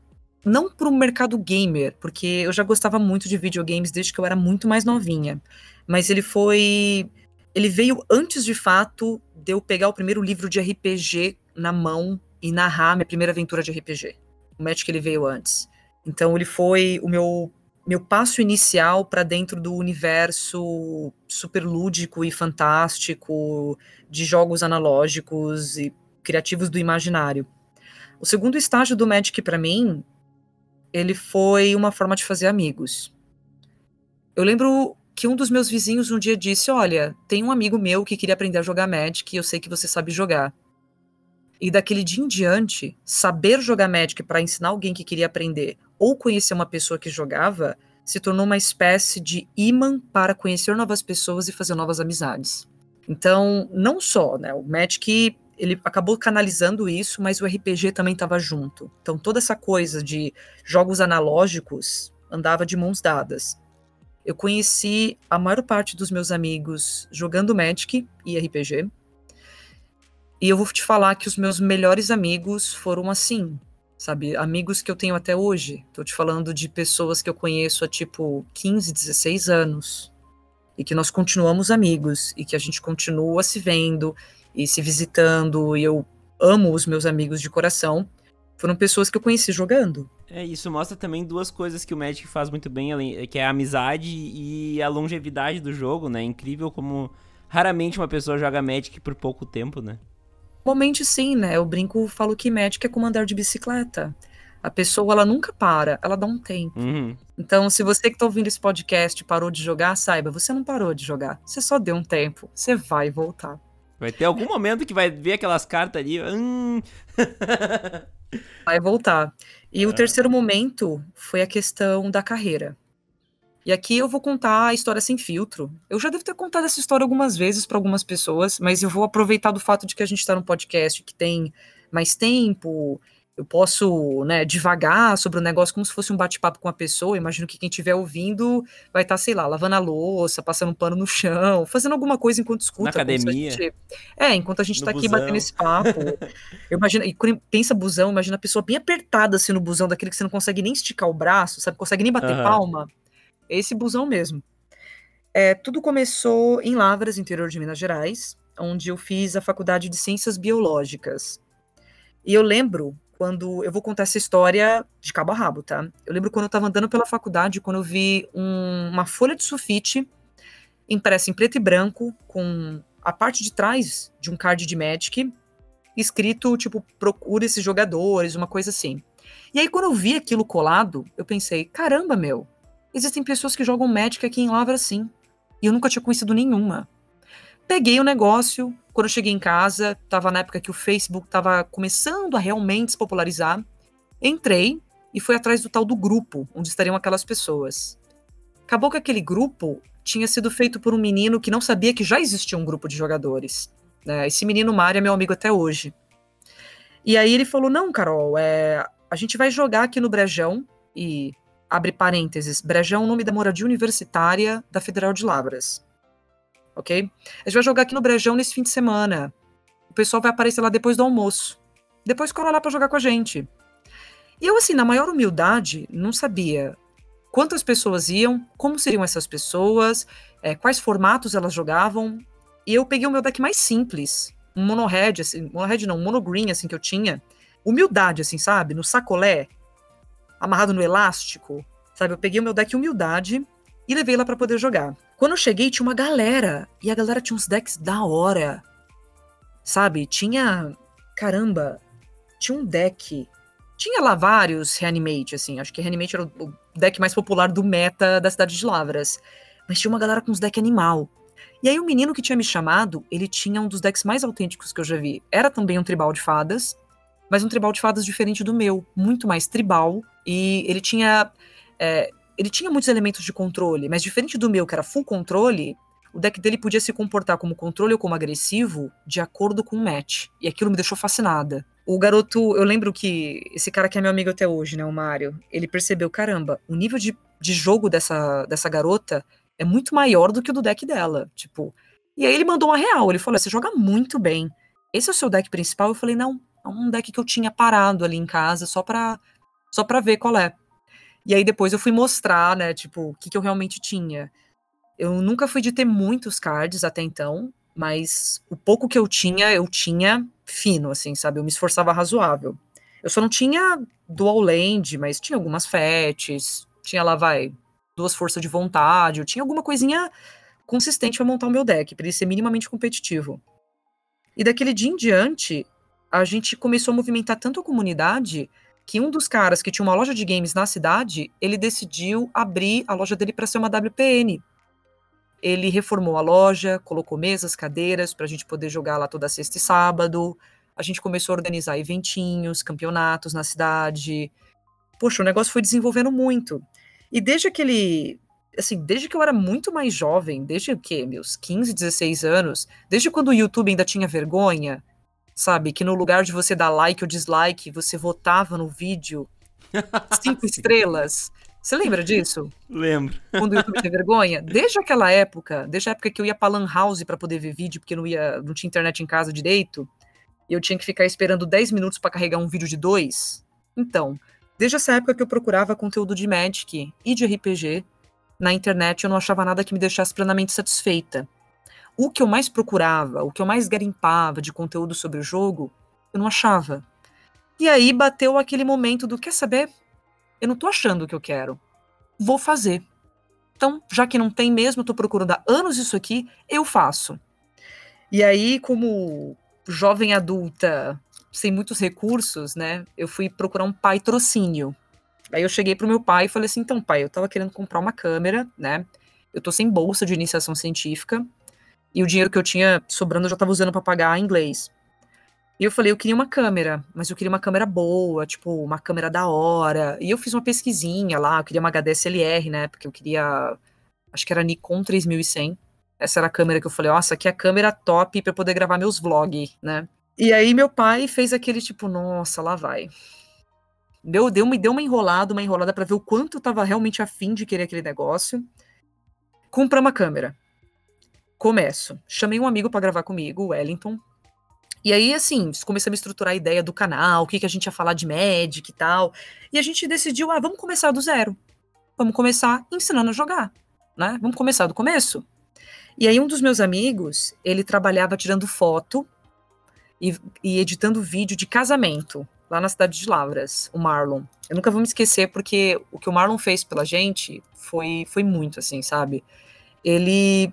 não pro mercado gamer, porque eu já gostava muito de videogames desde que eu era muito mais novinha. Mas ele foi... Ele veio antes, de fato, de eu pegar o primeiro livro de R P G na mão e narrar minha primeira aventura de R P G. O Magic, ele veio antes. Então ele foi o meu, meu passo inicial para dentro do universo super lúdico e fantástico de jogos analógicos e criativos do imaginário. O segundo estágio do Magic, para mim, ele foi uma forma de fazer amigos. Eu lembro que um dos meus vizinhos um dia disse, olha, tem um amigo meu que queria aprender a jogar Magic e eu sei que você sabe jogar. E daquele dia em diante, saber jogar Magic para ensinar alguém que queria aprender ou conhecer uma pessoa que jogava se tornou uma espécie de imã para conhecer novas pessoas e fazer novas amizades. Então, não só, né, o Magic, ele acabou canalizando isso, mas o R P G também estava junto. Então, toda essa coisa de jogos analógicos andava de mãos dadas. Eu conheci a maior parte dos meus amigos jogando Magic e R P G. E eu vou te falar que os meus melhores amigos foram assim, sabe? Amigos que eu tenho até hoje. Tô te falando de pessoas que eu conheço há tipo quinze, dezesseis anos. E que nós continuamos amigos. E que a gente continua se vendo e se visitando. E eu amo os meus amigos de coração. Foram pessoas que eu conheci jogando. É, isso mostra também duas coisas que o Magic faz muito bem, que é a amizade e a longevidade do jogo, né? É incrível como raramente uma pessoa joga Magic por pouco tempo, né? Normalmente sim, né? Eu brinco, falo que Magic é como andar de bicicleta. A pessoa, ela nunca para, ela dá um tempo. Uhum. Então, se você que tá ouvindo esse podcast parou de jogar, saiba, você não parou de jogar. Você só deu um tempo. Você vai voltar. Vai ter algum momento que vai ver aquelas cartas ali. Hum... vai voltar. E é. O terceiro momento foi a questão da carreira. E aqui eu vou contar a história sem filtro. Eu já devo ter contado essa história algumas vezes para algumas pessoas, mas eu vou aproveitar do fato de que a gente está num podcast que tem mais tempo. Eu posso, né, divagar sobre o negócio como se fosse um bate-papo com a pessoa. Imagino que quem estiver ouvindo vai estar, tá, sei lá, lavando a louça, passando um pano no chão, fazendo alguma coisa enquanto escuta. Na academia. Gente... É, enquanto a gente está aqui busão. batendo esse papo. Eu imagino, e quando pensa busão, imagina a pessoa bem apertada assim no busão, daquele que você não consegue nem esticar o braço, sabe? Consegue nem bater uhum. palma. Esse busão mesmo. É, tudo começou em Lavras, interior de Minas Gerais, onde eu fiz a faculdade de Ciências Biológicas. E eu lembro quando... Eu vou contar essa história de cabo a rabo, tá? Eu lembro quando eu estava andando pela faculdade, quando eu vi um, uma folha de sulfite impressa em preto e branco, com a parte de trás de um card de Magic, escrito, tipo, procura esses jogadores, uma coisa assim. E aí, quando eu vi aquilo colado, eu pensei, caramba, meu, existem pessoas que jogam Magic aqui em Lavras, sim. E eu nunca tinha conhecido nenhuma. Peguei o negócio, quando eu cheguei em casa, tava na época que o Facebook tava começando a realmente se popularizar. Entrei e fui atrás do tal do grupo, onde estariam aquelas pessoas. Acabou que aquele grupo tinha sido feito por um menino que não sabia que já existia um grupo de jogadores. Esse menino, Mário, é meu amigo até hoje. E aí ele falou, não, Carol, é, a gente vai jogar aqui no Brejão e... abre parênteses, Brejão é o nome da moradia universitária da Federal de Lavras. Ok? A gente vai jogar aqui no Brejão nesse fim de semana. O pessoal vai aparecer lá depois do almoço. Depois cola lá pra jogar com a gente. E eu, assim, na maior humildade, não sabia quantas pessoas iam, como seriam essas pessoas, é, quais formatos elas jogavam. E eu peguei o meu deck mais simples, um mono-red, assim, mono-red não, um mono-green, assim, que eu tinha. Humildade, assim, sabe? No sacolé. Amarrado no elástico, sabe? Eu peguei o meu deck Humildade e levei lá pra poder jogar. Quando eu cheguei, tinha uma galera, e a galera tinha uns decks da hora, sabe? Tinha, caramba, tinha um deck, tinha lá vários Reanimate, assim, acho que Reanimate era o deck mais popular do meta da cidade de Lavras, mas tinha uma galera com uns decks animal. E aí o menino que tinha me chamado, ele tinha um dos decks mais autênticos que eu já vi. Era também um tribal de fadas, mas um tribal de fadas diferente do meu, muito mais tribal, e ele tinha, é, ele tinha muitos elementos de controle, mas diferente do meu, que era full controle, o deck dele podia se comportar como controle ou como agressivo de acordo com o match, e aquilo me deixou fascinada. O garoto, eu lembro que esse cara que é meu amigo até hoje, né, o Mário, ele percebeu, caramba, o nível de, de jogo dessa, dessa garota é muito maior do que o do deck dela, tipo, e aí ele mandou uma real, ele falou, você joga muito bem, esse é o seu deck principal? Eu falei, não, é um deck que eu tinha parado ali em casa, só pra só pra ver qual é. E aí depois eu fui mostrar, né, tipo, o que, que eu realmente tinha. Eu nunca fui de ter muitos cards até então, mas o pouco que eu tinha, eu tinha fino, assim, sabe? Eu me esforçava razoável. Eu só não tinha dual land, mas tinha algumas fetches, tinha lá, vai, duas forças de vontade, eu tinha alguma coisinha consistente pra montar o meu deck, pra ele ser minimamente competitivo. E daquele dia em diante, a gente começou a movimentar tanto a comunidade que um dos caras que tinha uma loja de games na cidade, ele decidiu abrir a loja dele para ser uma W P N. Ele reformou a loja, colocou mesas, cadeiras pra gente poder jogar lá toda sexta e sábado. A gente começou a organizar eventinhos, campeonatos na cidade. Poxa, o negócio foi desenvolvendo muito. E desde aquele, assim, desde que eu era muito mais jovem, desde o quê? Meus quinze, dezesseis anos, desde quando o YouTube ainda tinha vergonha, sabe? Que no lugar de você dar like ou dislike, você votava no vídeo cinco estrelas. Você lembra disso? Lembro. Quando o YouTube tinha vergonha? Desde aquela época, desde a época que eu ia pra Lan House pra poder ver vídeo, porque não, ia, não tinha internet em casa direito, e eu tinha que ficar esperando dez minutos pra carregar um vídeo de dois. Então, desde essa época que eu procurava conteúdo de Magic e de R P G, na internet eu não achava nada que me deixasse plenamente satisfeita. O que eu mais procurava, o que eu mais garimpava de conteúdo sobre o jogo, eu não achava. E aí bateu aquele momento do, quer saber? Eu não tô achando o que eu quero. Vou fazer. Então, já que não tem mesmo, eu tô procurando há anos isso aqui, eu faço. E aí, como jovem adulta, sem muitos recursos, né, eu fui procurar um patrocínio. Aí eu cheguei pro meu pai e falei assim, então pai, eu tava querendo comprar uma câmera, né, eu tô sem bolsa de iniciação científica, e o dinheiro que eu tinha sobrando eu já tava usando pra pagar inglês. E eu falei, eu queria uma câmera, mas eu queria uma câmera boa, tipo, uma câmera da hora. E eu fiz uma pesquisinha lá, eu queria uma H D S L R, né, porque eu queria, acho que era Nikon três mil e cem. Essa era a câmera que eu falei, nossa, aqui é a câmera top pra eu poder gravar meus vlogs, né. E aí meu pai fez aquele tipo, nossa, lá vai. Deu, deu, me deu uma enrolada, uma enrolada pra ver o quanto eu tava realmente afim de querer aquele negócio. Comprei uma câmera. Começo. Chamei um amigo pra gravar comigo, o Wellington. E aí, assim, comecei a me estruturar a ideia do canal, o que, que a gente ia falar de Magic e tal. E a gente decidiu, ah, vamos começar do zero. Vamos começar ensinando a jogar, né? Vamos começar do começo. E aí um dos meus amigos, ele trabalhava tirando foto e, e editando vídeo de casamento, lá na cidade de Lavras, o Marlon. Eu nunca vou me esquecer, porque o que o Marlon fez pela gente foi, foi muito, assim, sabe? Ele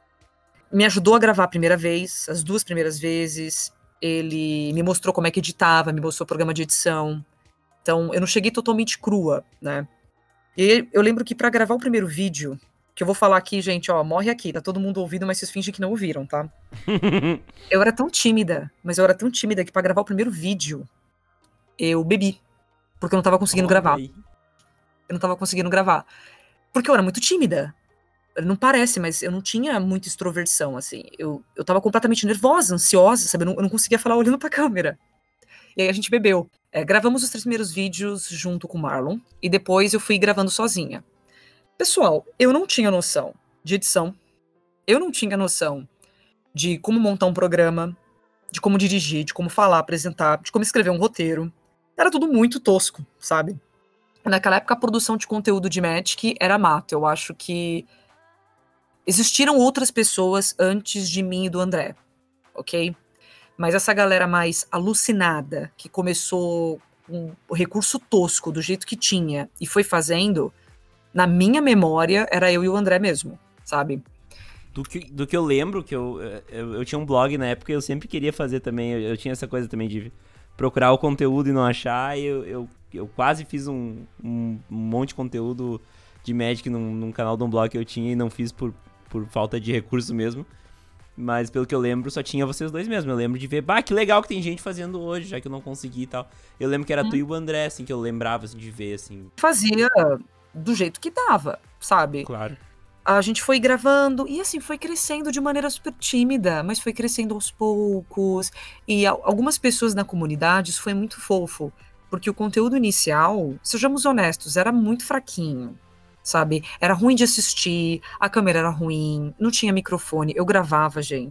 me ajudou a gravar a primeira vez, as duas primeiras vezes. Ele me mostrou como é que editava, me mostrou o programa de edição. Então, eu não cheguei totalmente crua, né? E eu lembro que pra gravar o primeiro vídeo, que eu vou falar aqui, gente, ó, morre aqui, tá todo mundo ouvindo, mas vocês fingem que não ouviram, tá? Eu era tão tímida, mas eu era tão tímida que pra gravar o primeiro vídeo, eu bebi. Porque eu não tava conseguindo Olha gravar. aí. Eu não tava conseguindo gravar. Porque eu era muito tímida. Não parece, mas eu não tinha muita extroversão, assim. Eu, eu tava completamente nervosa, ansiosa, sabe? Eu não, eu não conseguia falar olhando pra câmera. E aí a gente bebeu. É, gravamos os três primeiros vídeos junto com o Marlon. E depois eu fui gravando sozinha. Pessoal, eu não tinha noção de edição. Eu não tinha noção de como montar um programa, de como dirigir, de como falar, apresentar, de como escrever um roteiro. Era tudo muito tosco, sabe? Naquela época a produção de conteúdo de Magic era mato. Eu acho que existiram outras pessoas antes de mim e do André, ok? Mas essa galera mais alucinada, que começou com o recurso tosco, do jeito que tinha, e foi fazendo, na minha memória, era eu e o André mesmo, sabe? Do que, do que eu lembro, que eu, eu, eu tinha um blog na época e eu sempre queria fazer também, eu, eu tinha essa coisa também de procurar o conteúdo e não achar, e eu, eu, eu quase fiz um, um, um monte de conteúdo de Magic num, num canal de um blog que eu tinha e não fiz por por falta de recurso mesmo, mas pelo que eu lembro, só tinha vocês dois mesmo. Eu lembro de ver, bah, que legal que tem gente fazendo hoje, já que eu não consegui e tal. Eu lembro que era hum. tu e o André, assim, que eu lembrava, assim, de ver, assim. Fazia do jeito que dava, sabe? Claro. A gente foi gravando e, assim, foi crescendo de maneira super tímida, mas foi crescendo aos poucos. E algumas pessoas na comunidade, isso foi muito fofo, porque o conteúdo inicial, sejamos honestos, era muito fraquinho. Sabe? Era ruim de assistir, a câmera era ruim, não tinha microfone, eu gravava, gente.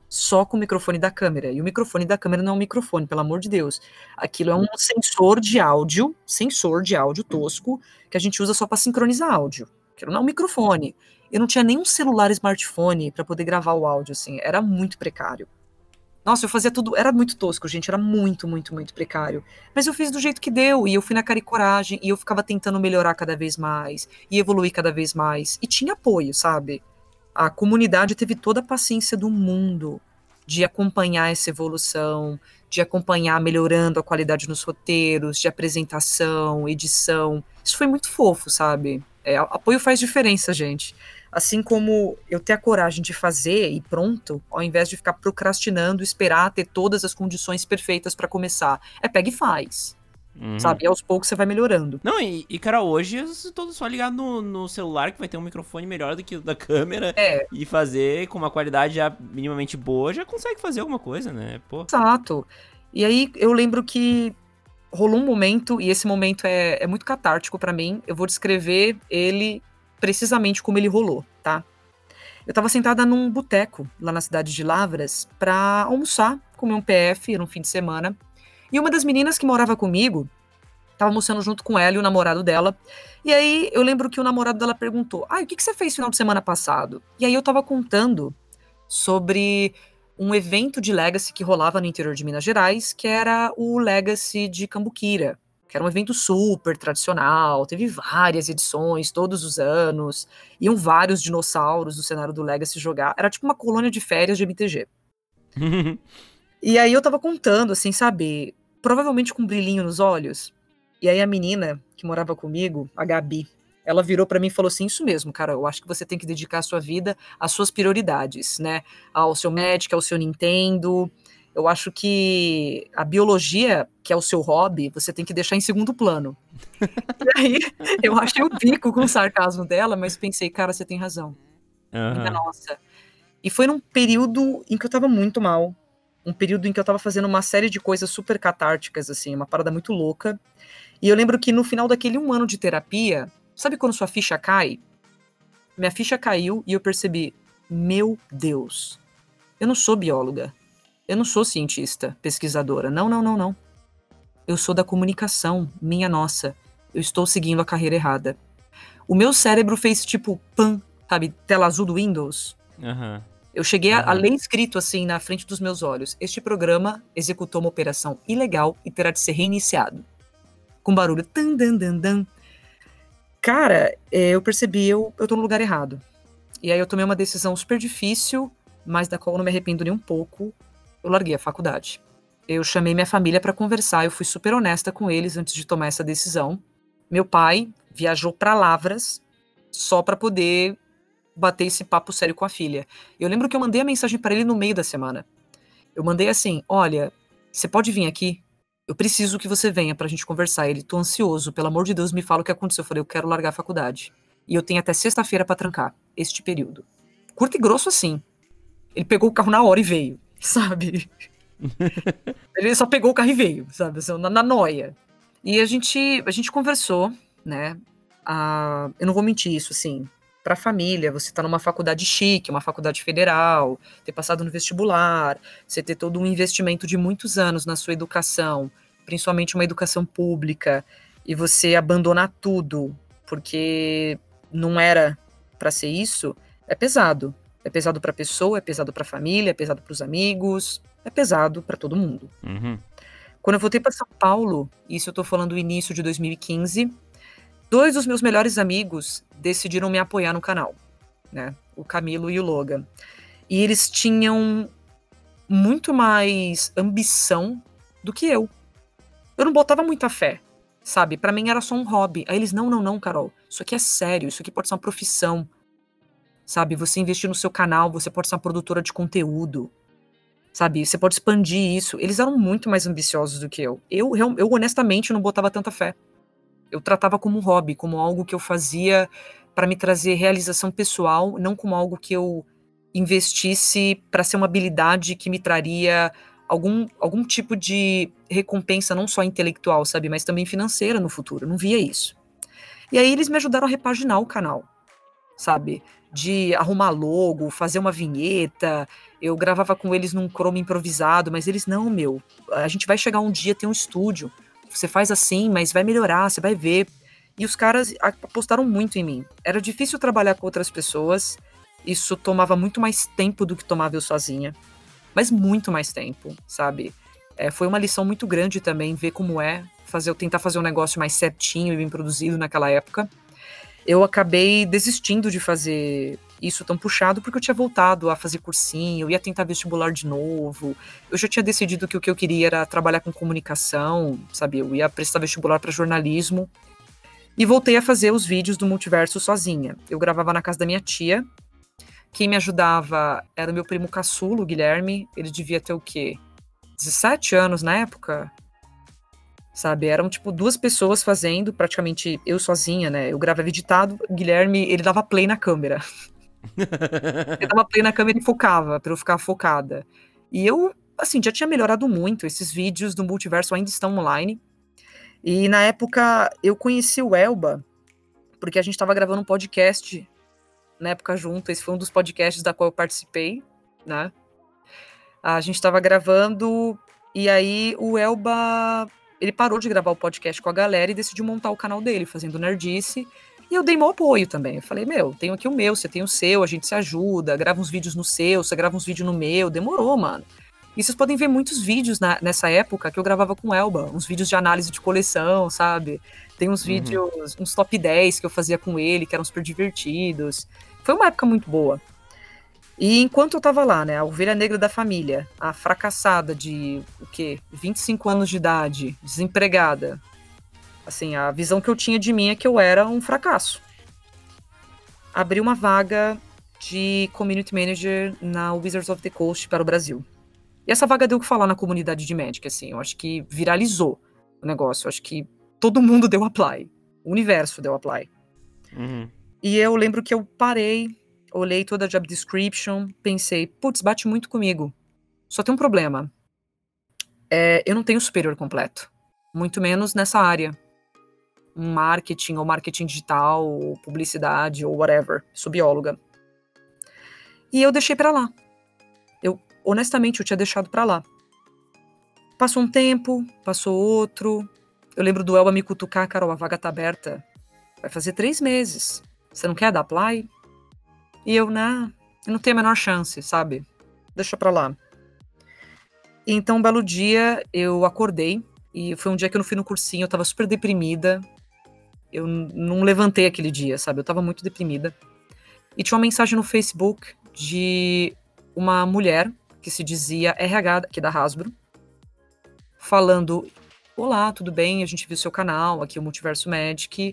só com o microfone da câmera. E o microfone da câmera não é um microfone, pelo amor de Deus. Aquilo é um sensor de áudio, sensor de áudio tosco, que a gente usa só para sincronizar áudio. Aquilo não é um microfone. Eu não tinha nenhum celular smartphone para poder gravar o áudio, assim. Era muito precário. Nossa, eu fazia tudo, era muito tosco, gente, era muito, muito, muito precário. Mas eu fiz do jeito que deu, e eu fui na cara e coragem, e eu ficava tentando melhorar cada vez mais, e evoluir cada vez mais. E tinha apoio, sabe? A comunidade teve toda a paciência do mundo de acompanhar essa evolução, de acompanhar melhorando a qualidade nos roteiros, de apresentação, edição. Isso foi muito fofo, sabe? É, apoio faz diferença, gente. Assim como eu ter a coragem de fazer e pronto, ao invés de ficar procrastinando, esperar ter todas as condições perfeitas para começar. É pega e faz, uhum. Sabe? E aos poucos você vai melhorando. Não, e, e cara, hoje eu tô só ligado no, no celular, que vai ter um microfone melhor do que o da câmera, é. E fazer com uma qualidade já minimamente boa, já consegue fazer alguma coisa, né? Pô. Exato. E aí eu lembro que rolou um momento, e esse momento é, é muito catártico pra mim, eu vou descrever ele precisamente como ele rolou, tá? Eu tava sentada num boteco, lá na cidade de Lavras, pra almoçar, comer um P F, era um fim de semana, e uma das meninas que morava comigo, tava almoçando junto com ela e o namorado dela, e aí eu lembro que o namorado dela perguntou, ah, o que, que você fez no final de semana passado? E aí eu tava contando sobre um evento de Legacy que rolava no interior de Minas Gerais, que era o Legacy de Cambuquira, que era um evento super tradicional, teve várias edições todos os anos, iam vários dinossauros do cenário do Legacy jogar, era tipo uma colônia de férias de M T G. E aí eu tava contando, assim, sabe, provavelmente com um brilhinho nos olhos, e aí a menina que morava comigo, a Gabi, ela virou pra mim e falou assim, isso mesmo, cara, eu acho que você tem que dedicar a sua vida às suas prioridades, né, ao seu Magic, ao seu Nintendo. Eu acho que a biologia, que é o seu hobby, você tem que deixar em segundo plano. E aí, eu achei o bico com o sarcasmo dela, mas pensei, cara, você tem razão. Uhum. Minha nossa. E foi num período em que eu tava muito mal. Um período em que eu tava fazendo uma série de coisas super catárticas, assim, uma parada muito louca. E eu lembro que no final daquele um ano de terapia, sabe quando sua ficha cai? Minha ficha caiu e eu percebi, meu Deus, eu não sou bióloga. Eu não sou cientista, pesquisadora. Não, não, não, não. Eu sou da comunicação, minha nossa. Eu estou seguindo a carreira errada. O meu cérebro fez tipo, pam, sabe, tela azul do Windows. Uhum. Eu cheguei uhum. a, a ler escrito assim na frente dos meus olhos. Este programa executou uma operação ilegal e terá de ser reiniciado. Com barulho. Tan, dan, dan, dan. Cara, é, eu percebi, eu, eu tô no lugar errado. E aí eu tomei uma decisão super difícil, mas da qual eu não me arrependo nem um pouco. Eu larguei a faculdade. Eu chamei minha família para conversar, eu fui super honesta com eles antes de tomar essa decisão. Meu pai viajou para Lavras só para poder bater esse papo sério com a filha. Eu lembro que eu mandei a mensagem para ele no meio da semana. Eu mandei assim, olha, você pode vir aqui? Eu preciso que você venha pra gente conversar. Ele, tô ansioso, pelo amor de Deus, me fala o que aconteceu. Eu falei, eu quero largar a faculdade. E eu tenho até sexta-feira para trancar este período. Curto e grosso assim. Ele pegou o carro na hora e veio. Sabe? Ele só pegou o carro e veio, sabe? Assim, na, na noia. E a gente, a gente conversou, né? Ah, eu não vou mentir isso, assim. Pra família, você tá numa faculdade chique, uma faculdade federal, ter passado no vestibular, você ter todo um investimento de muitos anos na sua educação, principalmente uma educação pública, e você abandonar tudo porque não era pra ser isso, é pesado. É pesado pra pessoa, é pesado pra família, é pesado pros amigos, é pesado pra todo mundo. Uhum. Quando eu voltei pra São Paulo, isso eu tô falando do início de dois mil e quinze, dois dos meus melhores amigos decidiram me apoiar no canal, né? O Camilo e o Logan. E eles tinham muito mais ambição do que eu. Eu não botava muita fé, sabe? Pra mim era só um hobby. Aí eles, não, não, não, Carol. Isso aqui é sério, isso aqui pode ser uma profissão. Sabe, você investir no seu canal, você pode ser uma produtora de conteúdo, sabe, você pode expandir isso. Eles eram muito mais ambiciosos do que eu. Eu, eu, eu honestamente, não botava tanta fé. Eu tratava como um hobby, como algo que eu fazia para me trazer realização pessoal, não como algo que eu investisse para ser uma habilidade que me traria algum, algum tipo de recompensa, não só intelectual, sabe, mas também financeira no futuro. Eu não via isso. E aí eles me ajudaram a repaginar o canal, sabe? de arrumar logo, fazer uma vinheta. Eu gravava com eles num chroma improvisado, mas eles, não, meu, a gente vai chegar um dia, ter um estúdio. Você faz assim, mas vai melhorar, você vai ver. E os caras apostaram muito em mim. Era difícil trabalhar com outras pessoas. Isso tomava muito mais tempo do que tomava eu sozinha. Mas muito mais tempo, sabe? É, foi uma lição muito grande também, ver como é fazer, tentar fazer um negócio mais certinho e bem produzido naquela época. Eu acabei desistindo de fazer isso tão puxado, porque eu tinha voltado a fazer cursinho, eu ia tentar vestibular de novo. Eu já tinha decidido que o que eu queria era trabalhar com comunicação, sabe? Eu ia prestar vestibular para jornalismo. E voltei a fazer os vídeos do Multiverso sozinha. Eu gravava na casa da minha tia. Quem me ajudava era o meu primo caçulo, o Guilherme. Ele devia ter o quê? dezessete anos na época? Sabe, eram tipo duas pessoas fazendo, praticamente eu sozinha, né? Eu gravava editado, o Guilherme, ele dava play na câmera. Ele dava play na câmera e focava, pra eu ficar focada. E eu, assim, já tinha melhorado muito. Esses vídeos do Multiverso ainda estão online. E na época eu conheci o Elba, porque a gente tava gravando um podcast na época junto. Esse foi um dos podcasts da qual eu participei, né? A gente tava gravando e aí o Elba, ele parou de gravar o podcast com a galera e decidiu montar o canal dele, fazendo nerdice. E eu dei meu apoio também. Eu falei, meu, tenho aqui o meu, você tem o seu, a gente se ajuda, grava uns vídeos no seu, você grava uns vídeos no meu. Demorou, mano. E vocês podem ver muitos vídeos na, nessa época que eu gravava com o Elba, uns vídeos de análise de coleção, sabe? Tem uns uhum. vídeos, uns top dez que eu fazia com ele, que eram super divertidos. Foi uma época muito boa. E enquanto eu tava lá, né, a ovelha negra da família, a fracassada de, o quê? vinte e cinco anos de idade, desempregada. Assim, a visão que eu tinha de mim é que eu era um fracasso. Abri uma vaga de Community Manager na Wizards of the Coast para o Brasil. E essa vaga deu o que falar na comunidade de Magic, assim, eu acho que viralizou o negócio, eu acho que todo mundo deu apply, o universo deu apply. Uhum. E eu lembro que eu parei, olhei toda a job description, pensei, putz, bate muito comigo, só tem um problema, é, eu não tenho superior completo, muito menos nessa área, marketing ou marketing digital, ou publicidade ou whatever, sou bióloga. E eu deixei pra lá. Eu, honestamente, eu tinha deixado pra lá. Passou um tempo, passou outro. Eu lembro do Elba me cutucar, Carol, a vaga tá aberta. Vai fazer três meses. Você não quer dar apply? E eu, não, eu não tenho a menor chance, sabe? Deixa pra lá. E então, um belo dia, eu acordei. E foi um dia que eu não fui no cursinho, eu tava super deprimida. Eu n- não levantei aquele dia, sabe? Eu tava muito deprimida. E tinha uma mensagem no Facebook de uma mulher que se dizia R H aqui da Hasbro, falando, olá, tudo bem? A gente viu seu canal, aqui é o Multiverso Magic,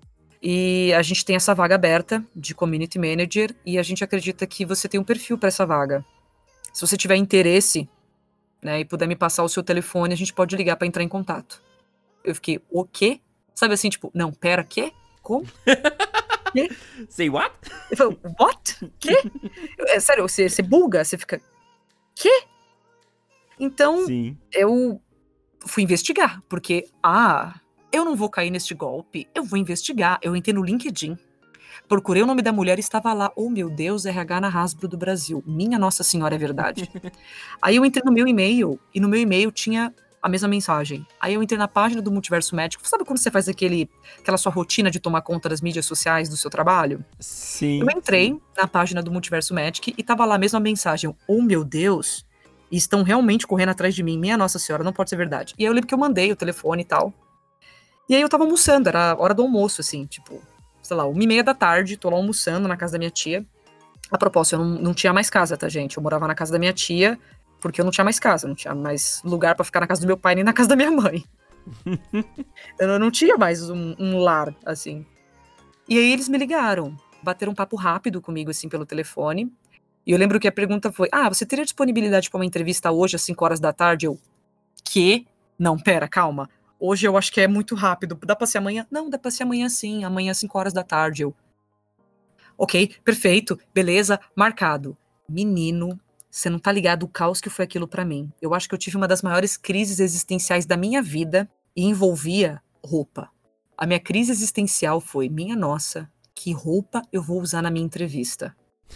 e a gente tem essa vaga aberta de Community Manager, e a gente acredita que você tem um perfil para essa vaga. Se você tiver interesse, né, e puder me passar o seu telefone, a gente pode ligar para entrar em contato. Eu fiquei, o quê? Sabe assim, tipo, não, pera, quê? Como? Quê? Say what? Eu falei, what? Quê? É, sério, você, você buga, você fica, quê? Então, Sim. eu fui investigar, porque, ah, eu não vou cair neste golpe, eu vou investigar. Eu entrei no LinkedIn, procurei o nome da mulher e estava lá, oh meu Deus, R H na Hasbro do Brasil. Minha Nossa Senhora, é verdade. Aí eu entrei no meu e-mail, e no meu e-mail tinha a mesma mensagem. Aí eu entrei na página do Multiverso Médico. Sabe quando você faz aquele, aquela sua rotina de tomar conta das mídias sociais do seu trabalho? Sim. Eu entrei sim. na página do Multiverso Magic e tava lá a mesma mensagem. Oh, meu Deus, estão realmente correndo atrás de mim. Minha Nossa Senhora, não pode ser verdade. E aí eu lembro que eu mandei o telefone e tal. E aí eu tava almoçando, era a hora do almoço, assim, tipo, sei lá, uma e meia da tarde, tô lá almoçando na casa da minha tia. A propósito, eu não, não tinha mais casa, tá, gente? Eu morava na casa da minha tia, porque eu não tinha mais casa, não tinha mais lugar pra ficar na casa do meu pai nem na casa da minha mãe. Eu não tinha mais um, um lar, assim. E aí eles me ligaram, bateram um papo rápido comigo, assim, pelo telefone. E eu lembro que a pergunta foi, ah, você teria disponibilidade pra uma entrevista hoje às cinco horas da tarde? Eu, quê? Não, pera, calma. Hoje eu acho que é muito rápido. Dá pra ser amanhã? Não, dá pra ser amanhã sim. Amanhã às cinco horas da tarde. Eu, ok, perfeito, beleza, marcado. Menino, você não tá ligado o caos que foi aquilo pra mim. Eu acho que eu tive uma das maiores crises existenciais da minha vida e envolvia roupa. A minha crise existencial foi, minha nossa, que roupa eu vou usar na minha entrevista?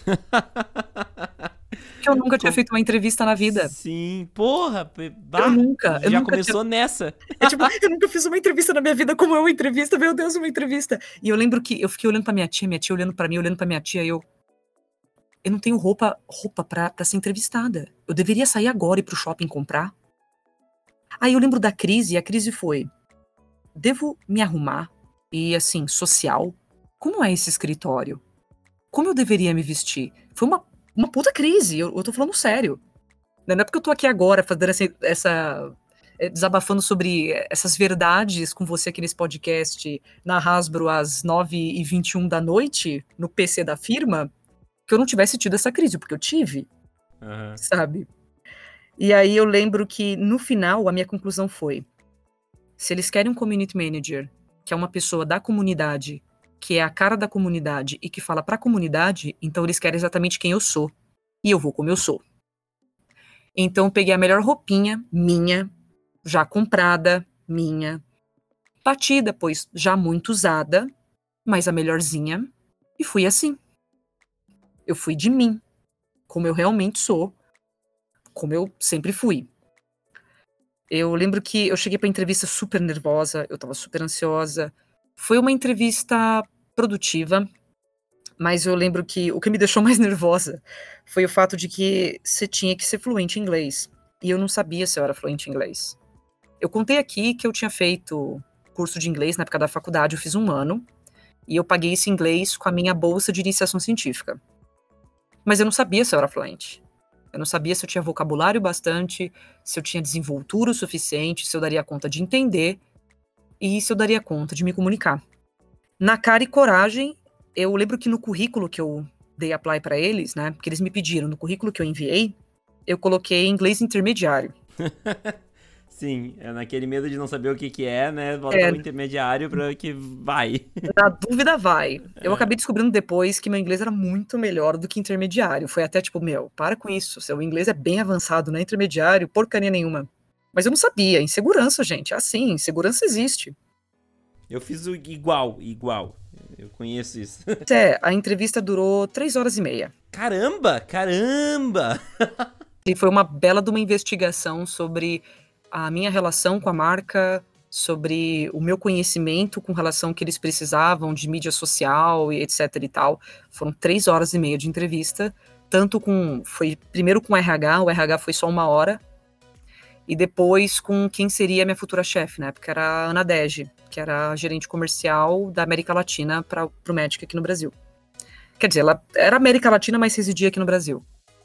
Porque eu nunca tinha feito uma entrevista na vida. Sim, porra, bah, eu nunca, eu já nunca começou tinha... nessa. É tipo, eu nunca fiz uma entrevista na minha vida, como é uma entrevista, meu Deus, uma entrevista. E eu lembro que eu fiquei olhando pra minha tia, minha tia olhando pra mim, olhando pra minha tia, e eu... Eu não tenho roupa, roupa pra, pra ser entrevistada. Eu deveria sair agora e ir pro shopping comprar. Aí eu lembro da crise, e a crise foi... Devo me arrumar? E assim, social? Como é esse escritório? Como eu deveria me vestir? Foi uma, uma puta crise, eu, eu tô falando sério. Não é porque eu tô aqui agora fazendo essa, essa... desabafando sobre essas verdades com você aqui nesse podcast na Hasbro às nove e vinte e um da noite, no P C da firma, que eu não tivesse tido essa crise, porque eu tive, uhum. Sabe? E aí eu lembro que no final a minha conclusão foi: se eles querem um community manager, que é uma pessoa da comunidade, que é a cara da comunidade e que fala pra comunidade, então eles querem exatamente quem eu sou. E eu vou como eu sou. Então eu peguei a melhor roupinha, minha, já comprada, minha, batida, pois já muito usada, mas a melhorzinha, e fui assim. Eu fui de mim, como eu realmente sou, como eu sempre fui. Eu lembro que eu cheguei pra entrevista super nervosa, eu tava super ansiosa. Foi uma entrevista produtiva, mas eu lembro que o que me deixou mais nervosa foi o fato de que você tinha que ser fluente em inglês. E eu não sabia se eu era fluente em inglês. Eu contei aqui que eu tinha feito curso de inglês na época da faculdade, eu fiz um ano, e eu paguei esse inglês com a minha bolsa de iniciação científica. Mas eu não sabia se eu era fluente. Eu não sabia se eu tinha vocabulário bastante, se eu tinha desenvoltura o suficiente, se eu daria conta de entender e se eu daria conta de me comunicar. Na cara e coragem, eu lembro que no currículo que eu dei apply para eles, né, porque eles me pediram, no currículo que eu enviei, eu coloquei inglês intermediário. Sim, é naquele medo de não saber o que que é, né, bota é, o intermediário pra que vai. Na dúvida vai. Eu é. acabei descobrindo depois que meu inglês era muito melhor do que intermediário. Foi até tipo, meu, para com isso, seu inglês é bem avançado, não é intermediário, porcaria nenhuma. Mas eu não sabia, insegurança, gente, assim, insegurança existe. Eu fiz o igual, igual, eu conheço isso. É, a entrevista durou três horas e meia. Caramba, caramba! E foi uma bela de uma investigação sobre a minha relação com a marca, sobre o meu conhecimento com relação ao que eles precisavam de mídia social e etc e tal. Foram três horas e meia de entrevista, tanto com, foi primeiro com o R H, o R H foi só uma hora, e depois com quem seria a minha futura chefe, né, porque era a Ana Dege, que era a gerente comercial da América Latina para o Magic aqui no Brasil. Quer dizer, ela era América Latina, mas residia aqui no Brasil.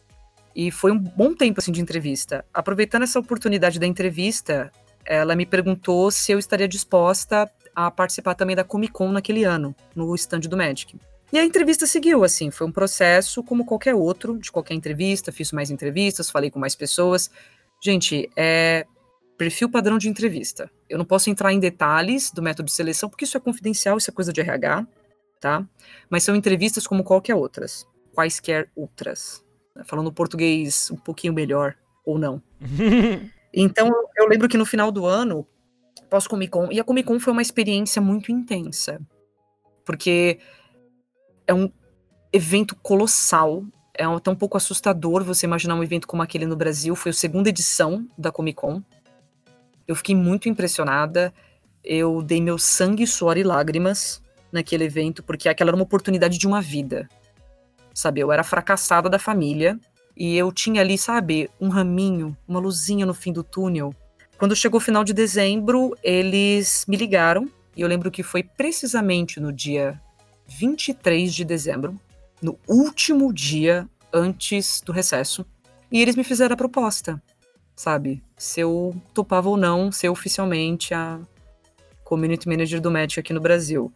E foi um bom tempo, assim, de entrevista. Aproveitando essa oportunidade da entrevista, ela me perguntou se eu estaria disposta a participar também da Comic Con naquele ano, no stand do Magic. E a entrevista seguiu, assim, foi um processo como qualquer outro, de qualquer entrevista, fiz mais entrevistas, falei com mais pessoas. Gente, é perfil padrão de entrevista. Eu não posso entrar em detalhes do método de seleção, porque isso é confidencial, isso é coisa de R H, tá? Mas são entrevistas como qualquer outras, quaisquer outras. Falando português um pouquinho melhor, ou não. Então, eu lembro que no final do ano, pós-Comic Con, e a Comic Con foi uma experiência muito intensa, porque é um evento colossal, é até um pouco assustador você imaginar um evento como aquele no Brasil, foi a segunda edição da Comic Con, eu fiquei muito impressionada, eu dei meu sangue, suor e lágrimas naquele evento, porque aquela era uma oportunidade de uma vida, sabe, eu era fracassada da família, e eu tinha ali, sabe, um raminho, uma luzinha no fim do túnel. Quando chegou o final de dezembro, eles me ligaram, e eu lembro que foi precisamente no dia vinte e três de dezembro, no último dia antes do recesso, e eles me fizeram a proposta, sabe, se eu topava ou não ser oficialmente a Community Manager do Magic aqui no Brasil.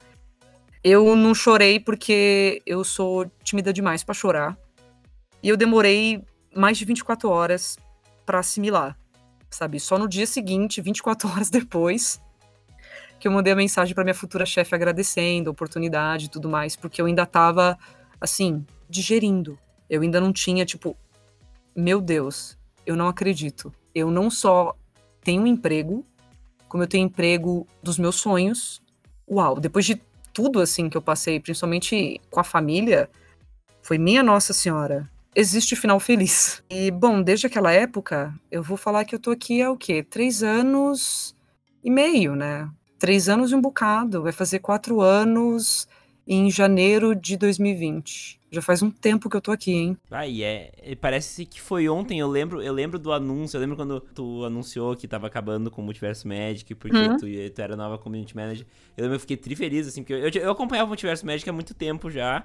Eu não chorei porque eu sou tímida demais pra chorar. E eu demorei mais de vinte e quatro horas pra assimilar, sabe? Só no dia seguinte, vinte e quatro horas depois, que eu mandei a mensagem pra minha futura chefe agradecendo a oportunidade e tudo mais, porque eu ainda tava, assim, digerindo. Eu ainda não tinha, tipo, meu Deus, eu não acredito. Eu não só tenho um emprego, como eu tenho emprego dos meus sonhos. Uau, depois de tudo, assim, que eu passei, principalmente com a família, foi minha Nossa Senhora. Existe final feliz. E, bom, desde aquela época, eu vou falar que eu tô aqui há o quê? Três anos e meio, né? Três anos e um bocado. Vai fazer quatro anos em janeiro de dois mil e vinte. Já faz um tempo que eu tô aqui, hein? Ah, e é, parece que foi ontem, eu lembro, eu lembro do anúncio, eu lembro quando tu anunciou que tava acabando com o Multiverso Magic, porque Uhum. tu, tu era nova Community Manager. Eu lembro que eu fiquei tri feliz, assim, porque eu, eu, eu acompanhava o Multiverso Magic há muito tempo já.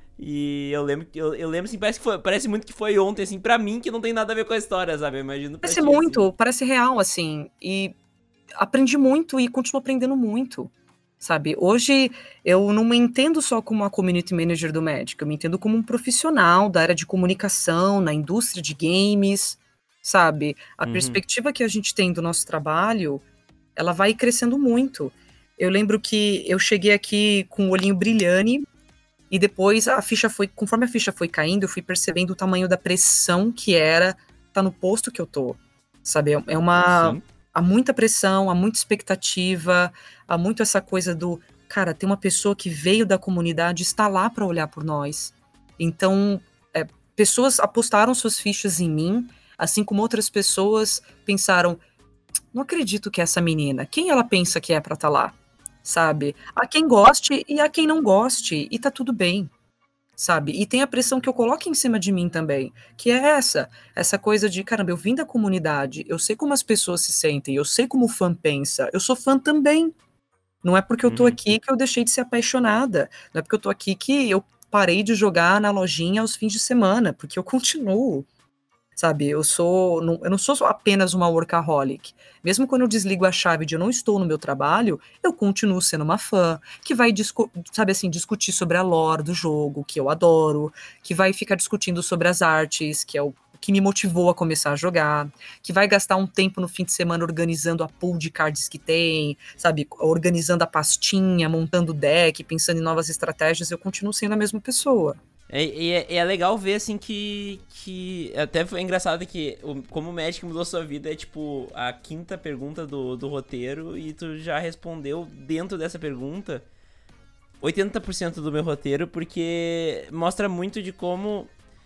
E eu lembro, eu, eu lembro assim, parece, que foi, parece muito que foi ontem, assim, pra mim, que não tem nada a ver com a história, sabe? Eu imagino pra Parece ti, muito, assim. parece real, assim. E aprendi muito e continuo aprendendo muito, sabe? Hoje eu não me entendo só como uma community manager do Magic, eu me entendo como um profissional da área de comunicação, na indústria de games, sabe? A Uhum. perspectiva que a gente tem do nosso trabalho, ela vai crescendo muito. Eu lembro que eu cheguei aqui com o olhinho brilhante e depois a ficha foi, conforme a ficha foi caindo, eu fui percebendo o tamanho da pressão que era tá no posto que eu tô, sabe? É uma... Sim. Há muita pressão, há muita expectativa, há muito essa coisa do, cara, tem uma pessoa que veio da comunidade, está lá para olhar por nós. Então, é, pessoas apostaram suas fichas em mim, assim como outras pessoas pensaram, não acredito que é essa menina, quem ela pensa que é para estar lá? Sabe? Há quem goste e há quem não goste, e tá tudo bem, sabe? E tem a pressão que eu coloco em cima de mim também, que é essa, essa coisa de, caramba, eu vim da comunidade, eu sei como as pessoas se sentem, eu sei como o fã pensa, eu sou fã também. Não é porque eu tô Uhum. aqui que eu deixei de ser apaixonada, não é porque eu tô aqui que eu parei de jogar na lojinha aos fins de semana, porque eu continuo. Sabe, eu sou, não, eu não sou apenas uma workaholic. Mesmo quando eu desligo a chave de eu não estou no meu trabalho, eu continuo sendo uma fã, que vai, discu- sabe assim, discutir sobre a lore do jogo, que eu adoro, que vai ficar discutindo sobre as artes, que é o que me motivou a começar a jogar, que vai gastar um tempo no fim de semana organizando a pool de cards que tem, sabe, organizando a pastinha, montando o deck, pensando em novas estratégias, eu continuo sendo a mesma pessoa. É, e é, é legal ver, assim, que, que... Até foi engraçado que o, como o Magic mudou sua vida é, tipo, a quinta pergunta do, do roteiro e tu já respondeu dentro dessa pergunta oitenta por cento do meu roteiro, porque mostra muito de como...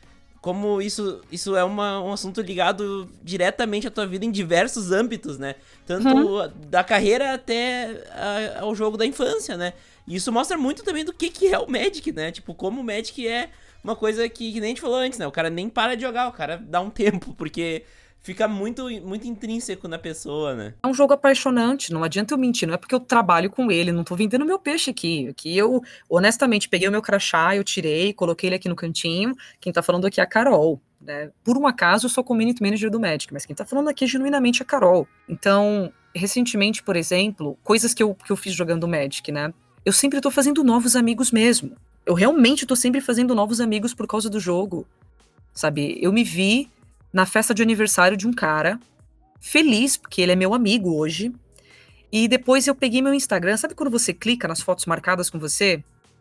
Como isso, isso é uma, um assunto ligado diretamente à tua vida em diversos âmbitos, né? Tanto Uhum. da carreira até a, ao jogo da infância, né? E isso mostra muito também do que, que é o Magic, né? Tipo, como o Magic é uma coisa que, que nem a gente falou antes, né? O cara nem para de jogar, o cara dá um tempo, porque fica muito, muito intrínseco na pessoa, né? É um jogo apaixonante, não adianta eu mentir, não é porque eu trabalho com ele, não tô vendendo meu peixe aqui. Aqui eu, honestamente, peguei o meu crachá, eu tirei, coloquei ele aqui no cantinho. Quem tá falando aqui é a Carol, né? Por um acaso eu sou community manager do Magic, mas quem tá falando aqui é genuinamente a Carol. Então, recentemente, por exemplo, coisas que eu, que eu fiz jogando Magic, né? Eu sempre tô fazendo novos amigos mesmo. Eu realmente tô sempre fazendo novos amigos por causa do jogo, sabe? Eu me vi na festa de aniversário de um cara feliz, porque ele é meu amigo hoje. E depois eu peguei meu Instagram, sabe quando você clica nas fotos marcadas com você?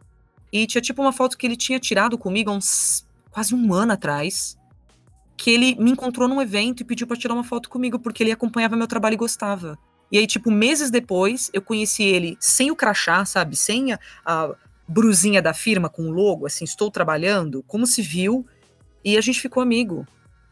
E tinha tipo uma foto que ele tinha tirado comigo há uns quase um ano atrás, que ele me encontrou num evento e pediu pra tirar uma foto comigo, porque ele acompanhava meu trabalho e gostava. E aí, tipo, meses depois, eu conheci ele sem o crachá, sabe? Sem a, a brusinha da firma com o logo, assim, estou trabalhando, como se viu, e a gente ficou amigo,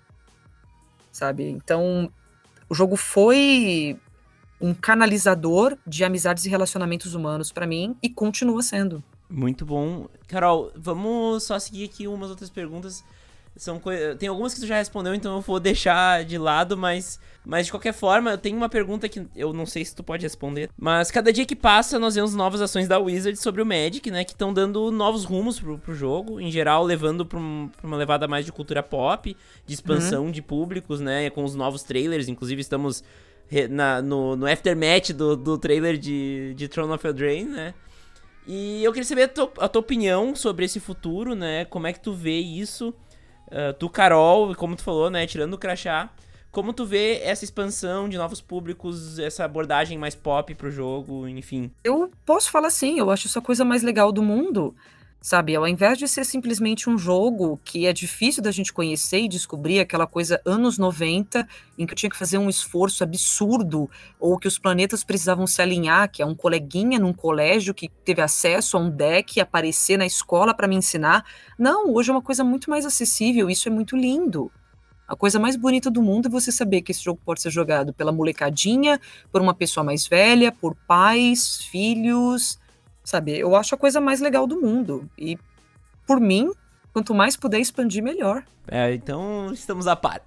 sabe? Então, o jogo foi um canalizador de amizades e relacionamentos humanos pra mim e continua sendo. Muito bom. Carol, vamos só seguir aqui umas outras perguntas. São coi... Tem algumas que tu já respondeu, então eu vou deixar de lado, mas, mas de qualquer forma, eu tenho uma pergunta que eu não sei se tu pode responder. Mas cada dia que passa, nós vemos novas ações da Wizard sobre o Magic, né? Que estão dando novos rumos pro, pro jogo, em geral, levando pra, um, pra uma levada mais de cultura pop, de expansão uhum. de públicos, né? Com os novos trailers, inclusive estamos na, no, no aftermath do, do trailer de, de Throne of Eldraine, né? E eu queria saber a tua, a tua opinião sobre esse futuro, né? Como é que tu vê isso? Uh, tu, Carol, como tu falou, né? Tirando o crachá, como tu vê essa expansão de novos públicos, essa abordagem mais pop pro jogo, enfim? Eu posso falar sim, eu acho isso a coisa mais legal do mundo. sabe? Ao invés de ser simplesmente um jogo que é difícil da gente conhecer e descobrir, aquela coisa anos noventa, em que eu tinha que fazer um esforço absurdo, ou que os planetas precisavam se alinhar, que é um coleguinha num colégio que teve acesso a um deck, aparecer na escola para me ensinar. Não, hoje é uma coisa muito mais acessível, isso é muito lindo. A coisa mais bonita do mundo é você saber que esse jogo pode ser jogado pela molecadinha, por uma pessoa mais velha, por pais, filhos, sabe? Eu acho a coisa mais legal do mundo. E, por mim, quanto mais puder expandir, melhor. É, então estamos a par.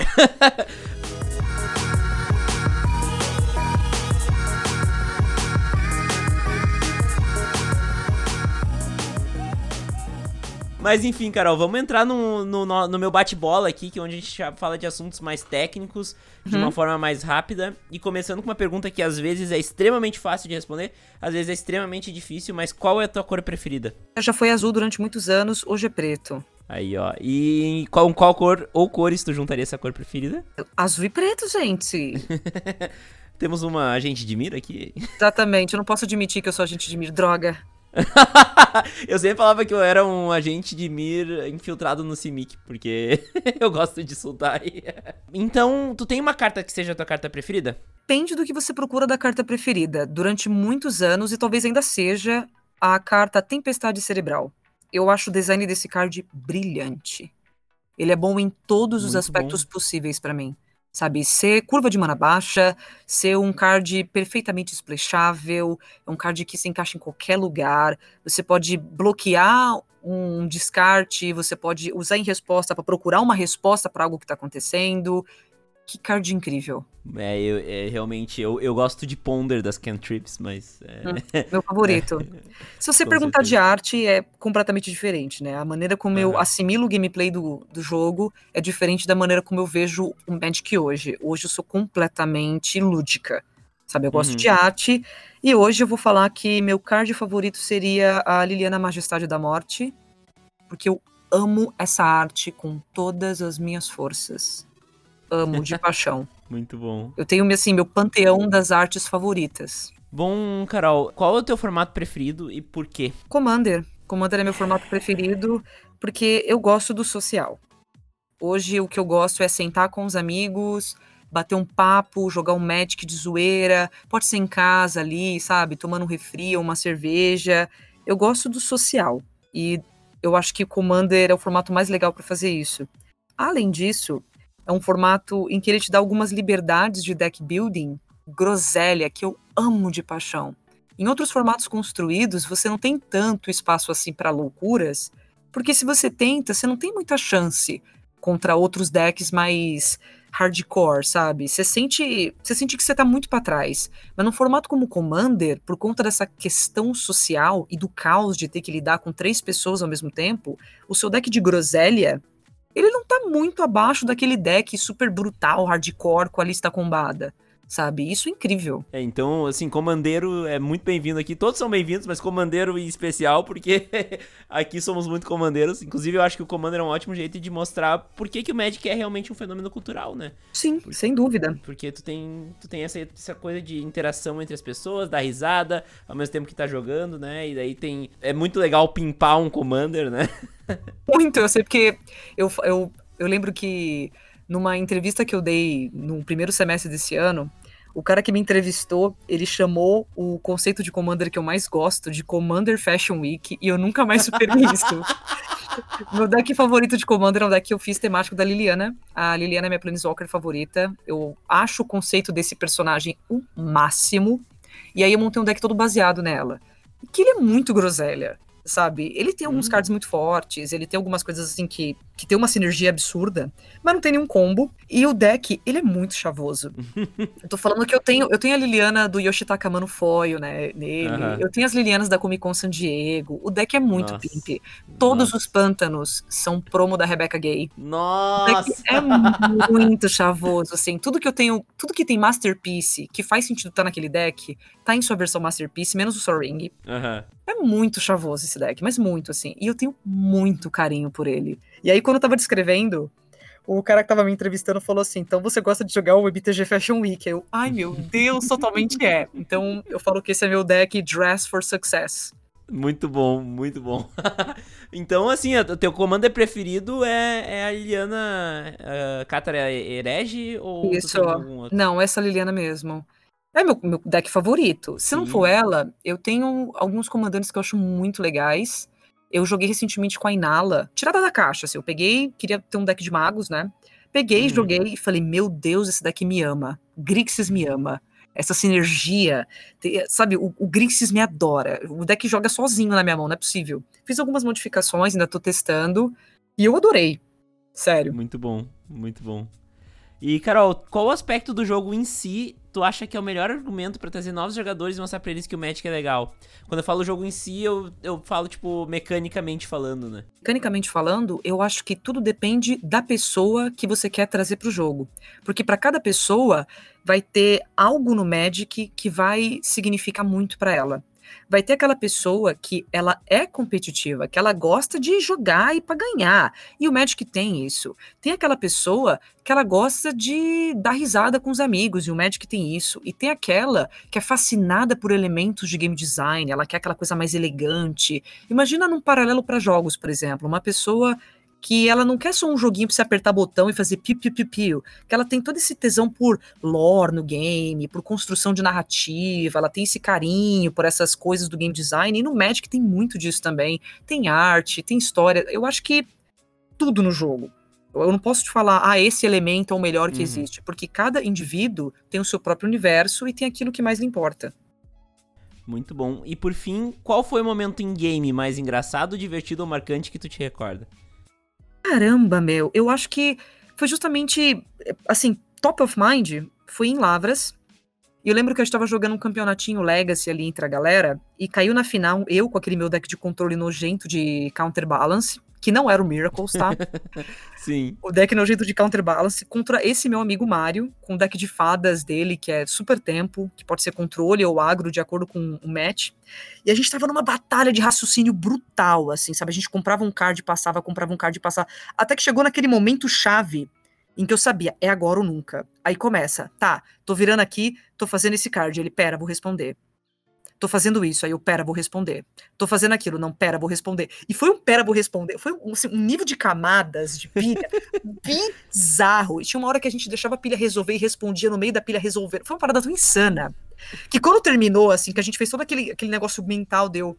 Mas enfim, Carol, vamos entrar no, no, no meu bate-bola aqui, que é onde a gente já fala de assuntos mais técnicos, de Uhum. uma forma mais rápida. E começando com uma pergunta que às vezes é extremamente fácil de responder, às vezes é extremamente difícil, mas qual é a tua cor preferida? Já foi azul durante muitos anos, hoje é preto. Aí, ó. E qual, qual cor ou cores tu juntaria essa cor preferida? Azul e preto, gente. Temos uma agente de mira aqui. Exatamente, eu não posso admitir que eu sou agente de Mir, droga. Eu sempre falava que eu era um agente de Mir infiltrado no Simic, porque eu gosto de soltar. Então, tu tem uma carta que seja a tua carta preferida? Depende do que você procura da carta preferida. Durante muitos anos, e talvez ainda seja, a carta Tempestade Cerebral. Eu acho o design desse card brilhante. Ele é bom em todos os Muito aspectos bom. possíveis pra mim. Sabe, ser curva de mana baixa, ser um card perfeitamente splashável, um card que se encaixa em qualquer lugar, você pode bloquear um descarte, você pode usar em resposta pra procurar uma resposta pra algo que tá acontecendo. Que card incrível. É, eu, é realmente, eu, eu gosto de Ponder das cantrips, mas... É, Hum, meu favorito. Se você Com perguntar de certeza. arte, é completamente diferente, né? A maneira como eu Aham. assimilo o gameplay do, do jogo é diferente da maneira como eu vejo o Magic hoje. Hoje eu sou completamente lúdica, sabe? Eu gosto Uhum. de arte, e hoje eu vou falar que meu card favorito seria a Liliana Majestade da Morte, porque eu amo essa arte com todas as minhas forças. Amo, de paixão. Muito bom. Eu tenho, assim, meu panteão das artes favoritas. Bom, Carol, qual é o teu formato preferido e por quê? Commander. Commander é meu formato preferido, porque eu gosto do social. Hoje o que eu gosto é sentar com os amigos, bater um papo, jogar um Magic de zoeira, pode ser em casa ali, sabe, tomando um refri ou uma cerveja. Eu gosto do social, e eu acho que o Commander é o formato mais legal para fazer isso. Além disso, é um formato em que ele te dá algumas liberdades de deck building, groselha, que eu amo de paixão. Em outros formatos construídos, você não tem tanto espaço assim para loucuras, porque se você tenta, você não tem muita chance contra outros decks mais hardcore, sabe? Você sente, você sente que você tá muito para trás. Mas num formato como Commander, por conta dessa questão social e do caos de ter que lidar com três pessoas ao mesmo tempo, o seu deck de groselha, ele não tá muito abaixo daquele deck super brutal, hardcore, com a lista combada, sabe? Isso é incrível. É, então, assim, comandeiro é muito bem-vindo aqui. Todos são bem-vindos, mas comandeiro em especial, porque aqui somos muito comandeiros. Inclusive, eu acho que o Commander é um ótimo jeito de mostrar por que, que o Magic é realmente um fenômeno cultural, né? Sim, Porque, sem dúvida. Porque tu tem, tu tem essa, essa coisa de interação entre as pessoas, dar risada, ao mesmo tempo que tá jogando, né? E daí tem... É muito legal pimpar um Commander, né? Muito, eu sei porque eu, eu, eu lembro que numa entrevista que eu dei no primeiro semestre desse ano, o cara que me entrevistou, ele chamou o conceito de Commander que eu mais gosto de Commander Fashion Week, e eu nunca mais superei isso. Meu deck favorito de Commander é um deck que eu fiz temático da Liliana. A Liliana é minha Planeswalker favorita. Eu acho o conceito desse personagem o máximo. E aí eu montei um deck todo baseado nela. Que ele é muito groselha, sabe? Ele tem alguns Hum. cards muito fortes, ele tem algumas coisas assim que, que tem uma sinergia absurda, mas não tem nenhum combo. E o deck, ele é muito chavoso. Eu tô falando que eu tenho, eu tenho a Liliana do Yoshitaka Mano Foil, né, nele. Aham. Eu tenho as Lilianas da Comic Con San Diego. O deck é muito Nossa. pimp. Todos Nossa. os pântanos são promo da Rebecca Gay. O deck Nossa! é muito chavoso, assim. Tudo que eu tenho, tudo que tem Masterpiece, que faz sentido estar naquele deck, tá em sua versão Masterpiece, menos o Soaring. Aham. É muito chavoso esse deck, mas muito, assim. E eu tenho muito carinho por ele. E aí, quando eu tava descrevendo, o cara que tava me entrevistando falou assim, então você gosta de jogar o M T G Fashion Week? Eu, ai meu Deus, totalmente é. Então, eu falo que esse é meu deck Dress for Success. Muito bom, muito bom. Então, assim, o teu commander preferido é, é a Liliana uh, Cátara Herege ou tu Isso. tem algum outro? Não, essa Liliana mesmo. É meu, meu deck favorito. Se não for Sim. ela, eu tenho alguns comandantes que eu acho muito legais. Eu joguei recentemente com a Inala, tirada da caixa, assim, eu peguei, queria ter um deck de magos, né? Peguei, Uhum. joguei e falei, meu Deus, esse deck me ama. Grixis me ama. Essa sinergia, te- sabe, o, o Grixis me adora. O deck joga sozinho na minha mão, não é possível. Fiz algumas modificações, ainda tô testando, e eu adorei. Sério. Muito bom, muito bom. E, Carol, qual aspecto do jogo em si tu acha que é o melhor argumento pra trazer novos jogadores e mostrar pra eles que o Magic é legal? Quando eu falo jogo em si, eu, eu falo, tipo, mecanicamente falando, né? Mecanicamente falando, eu acho que tudo depende da pessoa que você quer trazer para o jogo. Porque para cada pessoa vai ter algo no Magic que vai significar muito para ela. Vai ter aquela pessoa que ela é competitiva, que ela gosta de jogar e para ganhar. E o Magic tem isso. Tem aquela pessoa que ela gosta de dar risada com os amigos, e o Magic tem isso. E tem aquela que é fascinada por elementos de game design, ela quer aquela coisa mais elegante. Imagina num paralelo para jogos, por exemplo, uma pessoa que ela não quer só um joguinho para você apertar botão e fazer piu, piu, piu, piu, que ela tem todo esse tesão por lore no game, por construção de narrativa, ela tem esse carinho por essas coisas do game design, e no Magic tem muito disso também, tem arte, tem história, eu acho que tudo no jogo. Eu não posso te falar, ah, esse elemento é o melhor que Uhum. existe, porque cada indivíduo tem o seu próprio universo e tem aquilo que mais lhe importa. Muito bom. E por fim, qual foi o momento em game mais engraçado, divertido ou marcante que tu te recorda? Caramba, meu, eu acho que foi justamente, assim, top of mind, foi em Lavras, e eu lembro que a gente tava jogando um campeonatinho Legacy ali entre a galera, e caiu na final, eu com aquele meu deck de controle nojento de Counterbalance, que não era o Miracles, tá? Sim. O deck nojento de Counterbalance contra esse meu amigo Mário, com o deck de fadas dele, que é super tempo, que pode ser controle ou agro, de acordo com o match. E a gente tava numa batalha de raciocínio brutal, assim, sabe? A gente comprava um card e passava, comprava um card e passava. Até que chegou naquele momento chave, em que eu sabia, é agora ou nunca. Aí começa, tá, tô virando aqui, tô fazendo esse card. Ele, pera, vou responder. Tô fazendo isso, aí eu, pera, vou responder. Tô fazendo aquilo, não, pera, vou responder. E foi um pera, vou responder. Foi um, assim, um nível de camadas de pilha bizarro. E tinha uma hora que a gente deixava a pilha resolver e respondia no meio da pilha resolver. Foi uma parada tão insana. Que quando terminou, assim, que a gente fez todo aquele, aquele negócio mental, deu,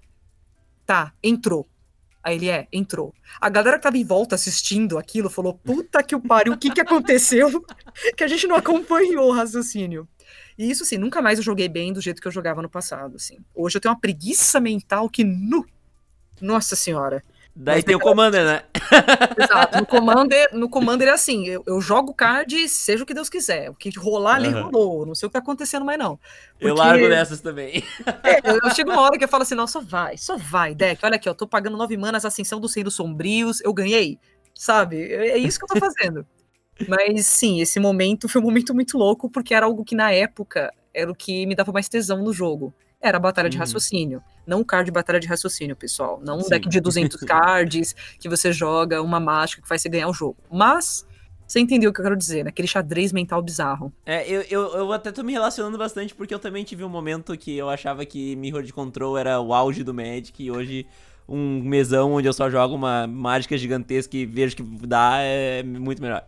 tá, entrou. Aí ele, é, entrou. A galera que tava em volta assistindo aquilo falou, puta que o pariu, o que que aconteceu? Que a gente não acompanhou o raciocínio. E isso, assim, nunca mais eu joguei bem do jeito que eu jogava no passado, assim. Hoje eu tenho uma preguiça mental que, nu, nossa senhora. Daí Mas tem o naquela- Commander, né? Exato, no Commander, no Commander é assim, eu, eu jogo card, seja o que Deus quiser. O que rolar ali, Aham. rolou. Não sei o que tá acontecendo mais, não. Eu Porque- largo dessas também. É, eu, eu chego uma hora que eu falo assim, não, só vai, só vai, deck. Olha aqui, ó, tô pagando nove manas, Ascensão dos Reinos Sombrios, eu ganhei, sabe? É é isso que eu tô fazendo. Mas sim, esse momento foi um momento muito louco, porque era algo que na época era o que me dava mais tesão no jogo. Era a batalha de Uhum. raciocínio. Não o card de batalha de raciocínio, pessoal. Não um Sim. deck de duzentos cards que você joga uma mágica que faz você ganhar o jogo. Mas você entendeu o que eu quero dizer, né? Aquele xadrez mental bizarro. É, eu, eu, eu até tô me relacionando bastante porque eu também tive um momento que eu achava que Mirror de Control era o auge do Magic e hoje um mesão onde eu só jogo uma mágica gigantesca e vejo que dá é muito melhor.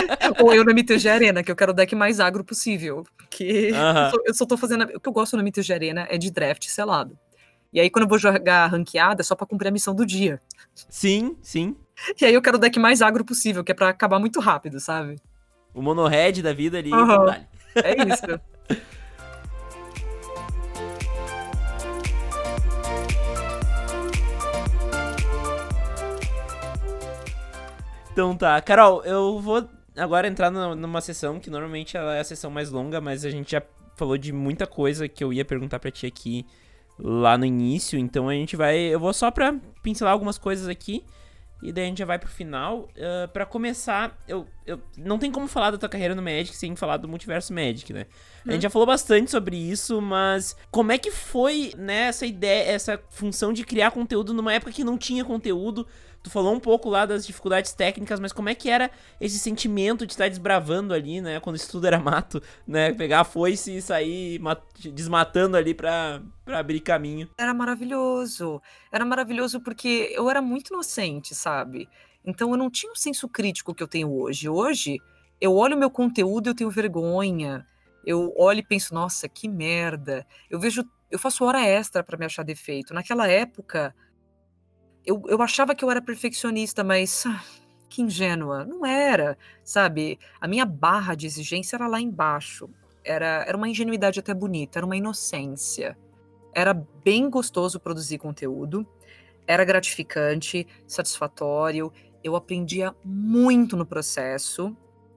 Ou eu no M T G Arena, que eu quero o deck mais agro possível. Que Aham. eu, só, eu só tô fazendo. O que eu gosto no M T G Arena é de draft selado. E aí, quando eu vou jogar ranqueada, é só pra cumprir a missão do dia. Sim, sim. E aí eu quero o deck mais agro possível, que é pra acabar muito rápido, sabe? O mono-red da vida ali. Aham. Dá-lhe. É isso. Então tá. Carol, eu vou agora entrar numa, numa sessão que normalmente ela é a sessão mais longa, mas a gente já falou de muita coisa que eu ia perguntar pra ti aqui lá no início. Então a gente vai... Eu vou só pra pincelar algumas coisas aqui e daí a gente já vai pro final. Uh, pra começar, eu, eu não tem como falar da tua carreira no Magic sem falar do Multiverso Magic, né? A gente já falou bastante sobre isso, mas como é que foi, né, essa ideia, essa função de criar conteúdo numa época que não tinha conteúdo? tu falou um pouco lá das dificuldades técnicas, mas como é que era esse sentimento de estar desbravando ali, né? Quando isso tudo era mato, né? Pegar a foice e sair desmatando ali pra, pra abrir caminho. Era maravilhoso. Era maravilhoso porque eu era muito inocente, sabe? Então eu não tinha o senso crítico que eu tenho hoje. Hoje, eu olho o meu conteúdo e eu tenho vergonha. Eu olho e penso, nossa, que merda. Eu vejo, eu faço hora extra pra me achar defeito. Naquela época, eu, eu achava que eu era perfeccionista, mas ah, que ingênua. Não era, sabe? A minha barra de exigência era lá embaixo. Era, era uma ingenuidade até bonita, era uma inocência. Era bem gostoso produzir conteúdo, era gratificante, satisfatório, eu aprendia muito no processo.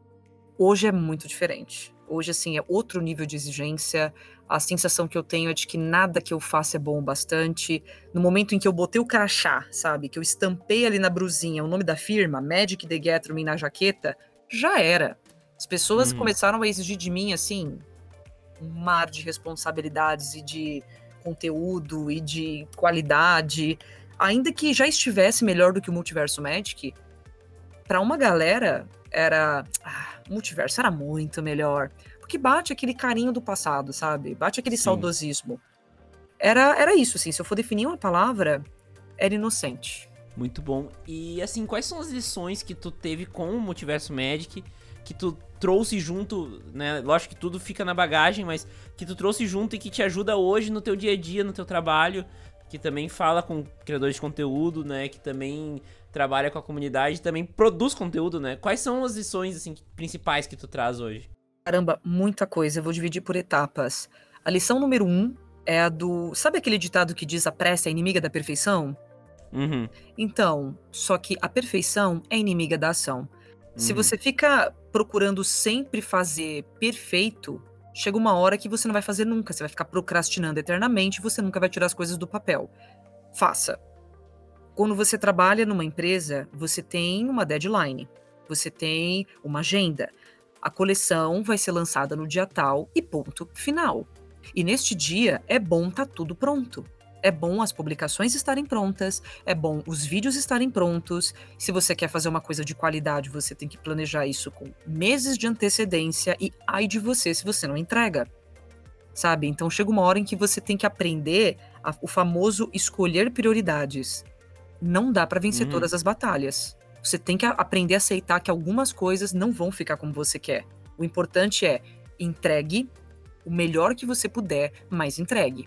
Hoje é muito diferente. Hoje, assim, é outro nível de exigência. A sensação que eu tenho é de que nada que eu faço é bom o bastante. No momento em que eu botei o crachá, sabe? Que eu estampei ali na brusinha o nome da firma, Magic the Gathering, na jaqueta, já era. As pessoas Uhum. começaram a exigir de mim, assim, um mar de responsabilidades e de conteúdo e de qualidade. Ainda que já estivesse melhor do que o Multiverso Magic, para uma galera era... Ah, o Multiverso era muito melhor. Porque bate aquele carinho do passado, sabe? Bate aquele Sim. saudosismo. Era, era isso, assim. Se eu for definir uma palavra, era inocente. Muito bom. E, assim, quais são as lições que tu teve com o Multiverso Magic, que tu trouxe junto, né? Lógico que tudo fica na bagagem, mas que tu trouxe junto e que te ajuda hoje no teu dia a dia, no teu trabalho, que também fala com criadores de conteúdo, né? Que também trabalha com a comunidade, também produz conteúdo, né? Quais são as lições, assim, principais que tu traz hoje? Caramba, muita coisa. Eu vou dividir por etapas. A lição número um é a do... Sabe aquele ditado que diz a pressa é inimiga da perfeição? Uhum. Então, só que a perfeição é inimiga da ação. Se Uhum. você fica procurando sempre fazer perfeito, chega uma hora que você não vai fazer nunca. Você vai ficar procrastinando eternamente e você nunca vai tirar as coisas do papel. Faça. Quando você trabalha numa empresa, você tem uma deadline. Você tem uma agenda. A coleção vai ser lançada no dia tal e ponto final. E neste dia, é bom estar tudo pronto. É bom as publicações estarem prontas, é bom os vídeos estarem prontos. Se você quer fazer uma coisa de qualidade, você tem que planejar isso com meses de antecedência e ai de você se você não entrega, sabe? Então chega uma hora em que você tem que aprender a, o famoso escolher prioridades. Não dá para vencer Uhum. todas as batalhas. Você tem que a, aprender a aceitar que algumas coisas não vão ficar como você quer. O importante é entregue o melhor que você puder, mas entregue.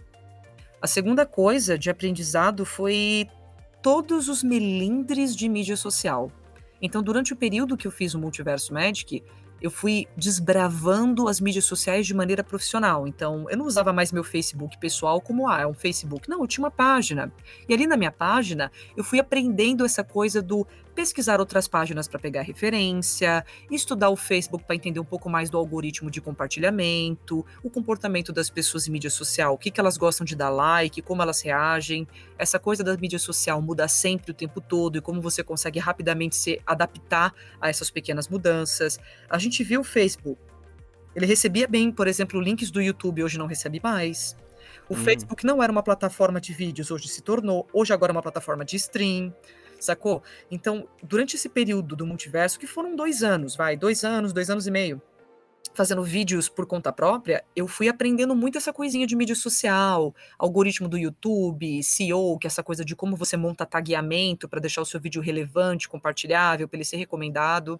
A segunda coisa de aprendizado foi todos os melindres de mídia social. Então, durante o período que eu fiz o Multiverso Magic, eu fui desbravando as mídias sociais de maneira profissional. Então, eu não usava mais meu Facebook pessoal como, ah, é um Facebook. Não, eu tinha uma página. E ali na minha página, eu fui aprendendo essa coisa do pesquisar outras páginas para pegar referência, estudar o Facebook para entender um pouco mais do algoritmo de compartilhamento, o comportamento das pessoas em mídia social, o que, que elas gostam de dar like, como elas reagem. Essa coisa da mídia social muda sempre o tempo todo e como você consegue rapidamente se adaptar a essas pequenas mudanças. A gente viu o Facebook. Ele recebia bem, por exemplo, links do YouTube, hoje não recebe mais. O Hum. Facebook não era uma plataforma de vídeos, hoje se tornou. Hoje agora é uma plataforma de stream, sacou? Então, durante esse período do multiverso, que foram dois anos, vai, dois anos, dois anos e meio, fazendo vídeos por conta própria, eu fui aprendendo muito essa coisinha de mídia social, algoritmo do YouTube, S E O, que é essa coisa de como você monta tagueamento para deixar o seu vídeo relevante, compartilhável, para ele ser recomendado.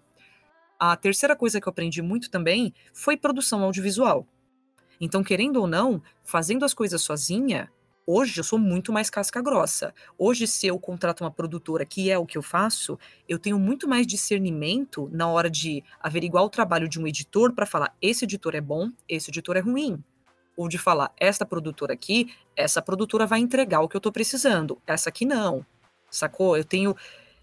A terceira coisa que eu aprendi muito também foi produção audiovisual. Então, querendo ou não, fazendo as coisas sozinha, hoje eu sou muito mais casca grossa. Hoje, se eu contrato uma produtora, que é o que eu faço, eu tenho muito mais discernimento na hora de averiguar o trabalho de um editor para falar, esse editor é bom, esse editor é ruim. Ou de falar, esta produtora aqui, essa produtora vai entregar o que eu estou precisando, essa aqui não. Sacou? Eu tenho,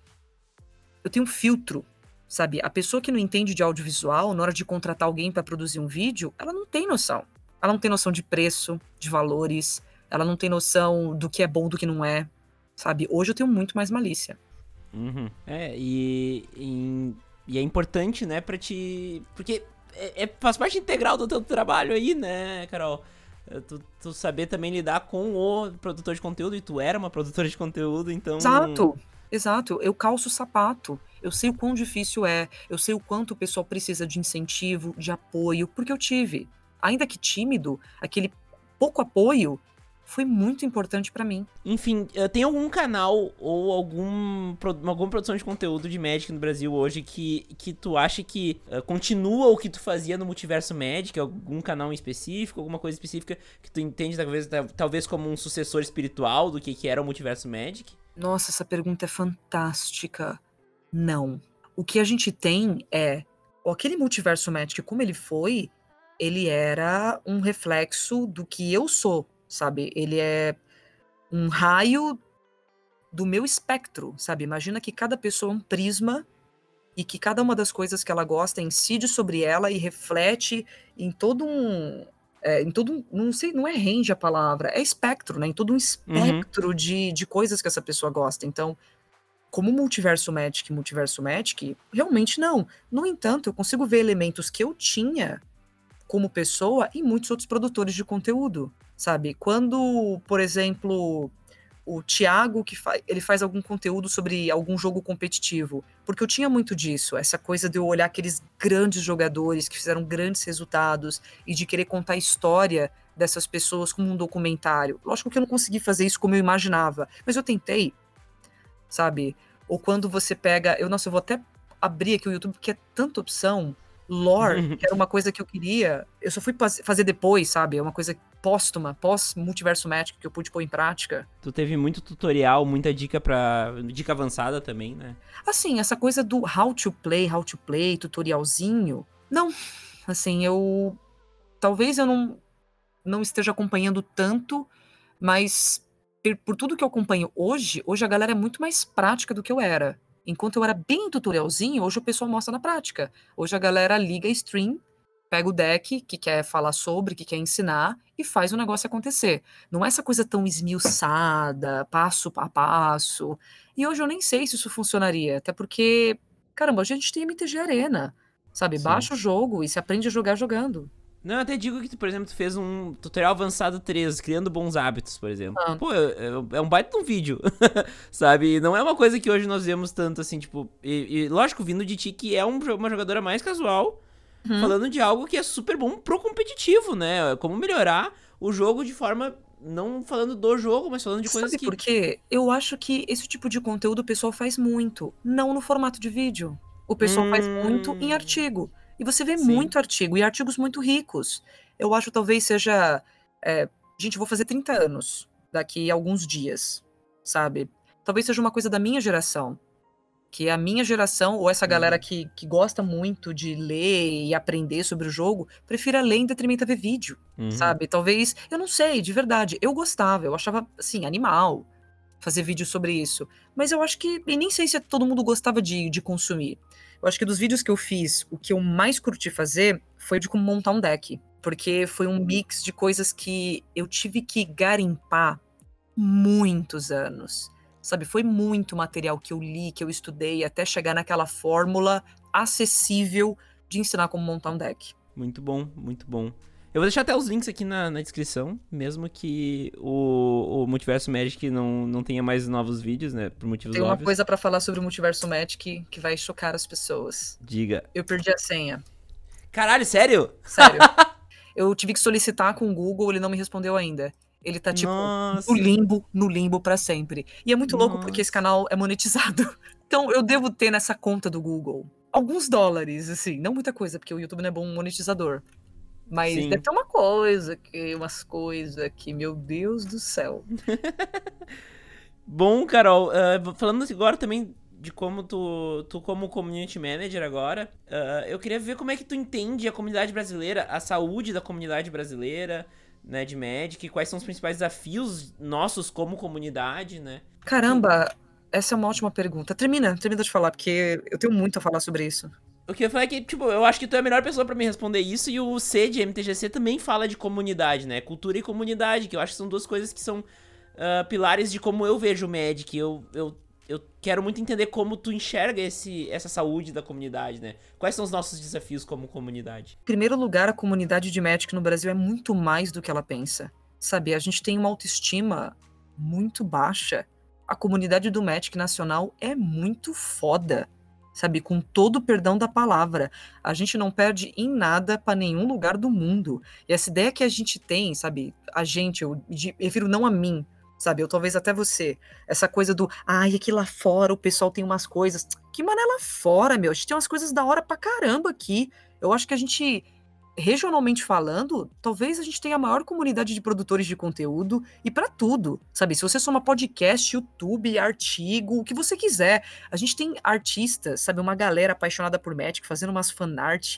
eu tenho um filtro. Sabe, a pessoa que não entende de audiovisual, na hora de contratar alguém para produzir um vídeo, ela não tem noção. Ela não tem noção de preço, de valores, ela não tem noção do que é bom, do que não é, sabe? Hoje eu tenho muito mais malícia. Uhum. É, e, e, e é importante, né, pra te... Porque é, é, faz parte integral do teu trabalho aí, né, Carol? Tu, tu saber também lidar com o produtor de conteúdo, e tu era uma produtora de conteúdo, então... Exato! Exato, eu calço o sapato, eu sei o quão difícil é, eu sei o quanto o pessoal precisa de incentivo, de apoio, porque eu tive. Ainda que tímido, aquele pouco apoio foi muito importante pra mim. Enfim, eh, tem algum canal ou algum, pro- alguma produção de conteúdo de Magic no Brasil hoje que, que tu acha que eh, continua o que tu fazia no Multiverso Magic? Algum canal em específico, alguma coisa específica que tu entende talvez, talvez como um sucessor espiritual do que, que era o Multiverso Magic? Nossa, essa pergunta é fantástica. Não. O que a gente tem é aquele Multiverso Magic, como ele foi, ele era um reflexo do que eu sou, sabe? Ele é um raio do meu espectro, sabe? Imagina que cada pessoa é um prisma e que cada uma das coisas que ela gosta incide sobre ela e reflete em todo um. É, em todo um, não sei, não é range a palavra, é espectro, né? Em todo um Uhum. espectro de, de coisas que essa pessoa gosta. Então, como Multiverso Magic, Multiverso Magic, realmente não. No entanto, eu consigo ver elementos que eu tinha como pessoa em muitos outros produtores de conteúdo, sabe? Quando, por exemplo, o Thiago que fa ele faz algum conteúdo sobre algum jogo competitivo, porque eu tinha muito disso, essa coisa de eu olhar aqueles grandes jogadores que fizeram grandes resultados e de querer contar a história dessas pessoas como um documentário. Lógico que eu não consegui fazer isso como eu imaginava, mas eu tentei, sabe? Ou quando você pega, eu nossa, eu vou até abrir aqui o YouTube porque é tanta opção. Lore, que era uma coisa que eu queria, eu só fui fazer depois, sabe? É uma coisa póstuma, pós-Multiverso Magic que eu pude pôr em prática. Tu teve muito tutorial, muita dica pra. Dica avançada também, né? Assim, essa coisa do how to play, how to play, tutorialzinho, não. Assim, eu. Talvez eu não, não esteja acompanhando tanto, mas por, por tudo que eu acompanho hoje, hoje a galera é muito mais prática do que eu era. Enquanto eu era bem tutorialzinho, hoje o pessoal mostra na prática. Hoje a galera liga a stream, pega o deck que quer falar sobre, que quer ensinar e faz o negócio acontecer. Não é essa coisa tão esmiuçada, passo a passo. E hoje eu nem sei se isso funcionaria, até porque, caramba, hoje a gente tem M T G Arena, sabe? Sim. Baixa o jogo e se aprende a jogar jogando. Não, eu até digo que, tu, por exemplo, tu fez um tutorial avançado três, criando bons hábitos, por exemplo. Ah, Pô, é, é um baita de um vídeo, sabe? Não é uma coisa que hoje nós vemos tanto, assim, tipo... E, e lógico, vindo de ti, que é um, uma jogadora mais casual, uhum. falando de algo que é super bom pro competitivo, né? Como melhorar o jogo de forma... Não falando do jogo, mas falando de coisas Sabe que... por quê? Eu acho que esse tipo de conteúdo o pessoal faz muito, não no formato de vídeo. O pessoal faz muito em Hum... artigo. E você vê Sim. muito artigo, e artigos muito ricos. Eu acho talvez seja. É, gente, eu vou fazer trinta anos daqui a alguns dias, sabe? Talvez seja uma coisa da minha geração. Que a minha geração, ou essa galera Uhum. que, que gosta muito de ler e aprender sobre o jogo, prefira ler em detrimento a ver vídeo, Uhum. sabe? Talvez, eu não sei, de verdade, eu gostava, eu achava, assim, animal fazer vídeo sobre isso. Mas eu acho que, e nem sei se todo mundo gostava de, de consumir. Eu acho que dos vídeos que eu fiz, o que eu mais curti fazer foi de como montar um deck. Porque foi um mix de coisas que eu tive que garimpar muitos anos. Sabe, foi muito material que eu li, que eu estudei, até chegar naquela fórmula acessível de ensinar como montar um deck. Muito bom, muito bom. Eu vou deixar até os links aqui na, na descrição, mesmo que o, o Multiverso Magic não, não tenha mais novos vídeos, né? Por motivos Tem uma óbvios. coisa pra falar sobre o Multiverso Magic que, que vai chocar as pessoas. Diga. Eu perdi a senha. Caralho, sério? Sério. Eu tive que solicitar com o Google, ele não me respondeu ainda. Ele tá, tipo, no Nossa. limbo, no limbo pra sempre. E é muito louco porque esse Nossa. canal é monetizado. Então eu devo ter nessa conta do Google alguns dólares, assim. Não muita coisa, porque o YouTube não é bom monetizador. Mas deve Sim. ter uma coisa, que, umas coisas que, meu Deus do céu. Bom, Carol, uh, falando agora também de como tu, tu como community manager agora, uh, eu queria ver como é que tu entende a comunidade brasileira, a saúde da comunidade brasileira, né, de Magic, quais são os principais desafios nossos como comunidade, né? Que, Caramba, essa é uma ótima pergunta. Termina, termina de falar, porque eu tenho muito a falar sobre isso. o que eu falei é que, tipo, eu acho que tu é a melhor pessoa pra me responder isso, e o C de M T G C também fala de comunidade, né? Cultura e comunidade, que eu acho que são duas coisas que são uh, pilares de como eu vejo o Magic. Eu, eu, eu quero muito entender como tu enxerga esse, essa saúde da comunidade, né? Quais são os nossos desafios como comunidade? Em primeiro lugar, a comunidade de Magic no Brasil é muito mais do que ela pensa. Sabe, a gente tem uma autoestima muito baixa. a comunidade do Magic nacional é muito foda, sabe? Com todo o perdão da palavra. A gente não perde em nada pra nenhum lugar do mundo. E essa ideia que a gente tem, sabe? A gente, eu me refiro não a mim, sabe? Ou talvez até você. Essa coisa do, ai, aqui lá fora o pessoal tem umas coisas. Que mané lá fora, meu? A gente tem umas coisas da hora pra caramba aqui. Eu acho que a gente, regionalmente falando, talvez a gente tenha a maior comunidade de produtores de conteúdo e pra tudo, sabe? Se você soma podcast, YouTube, artigo, o que você quiser. A gente tem artistas, sabe? Uma galera apaixonada por Magic fazendo umas fanart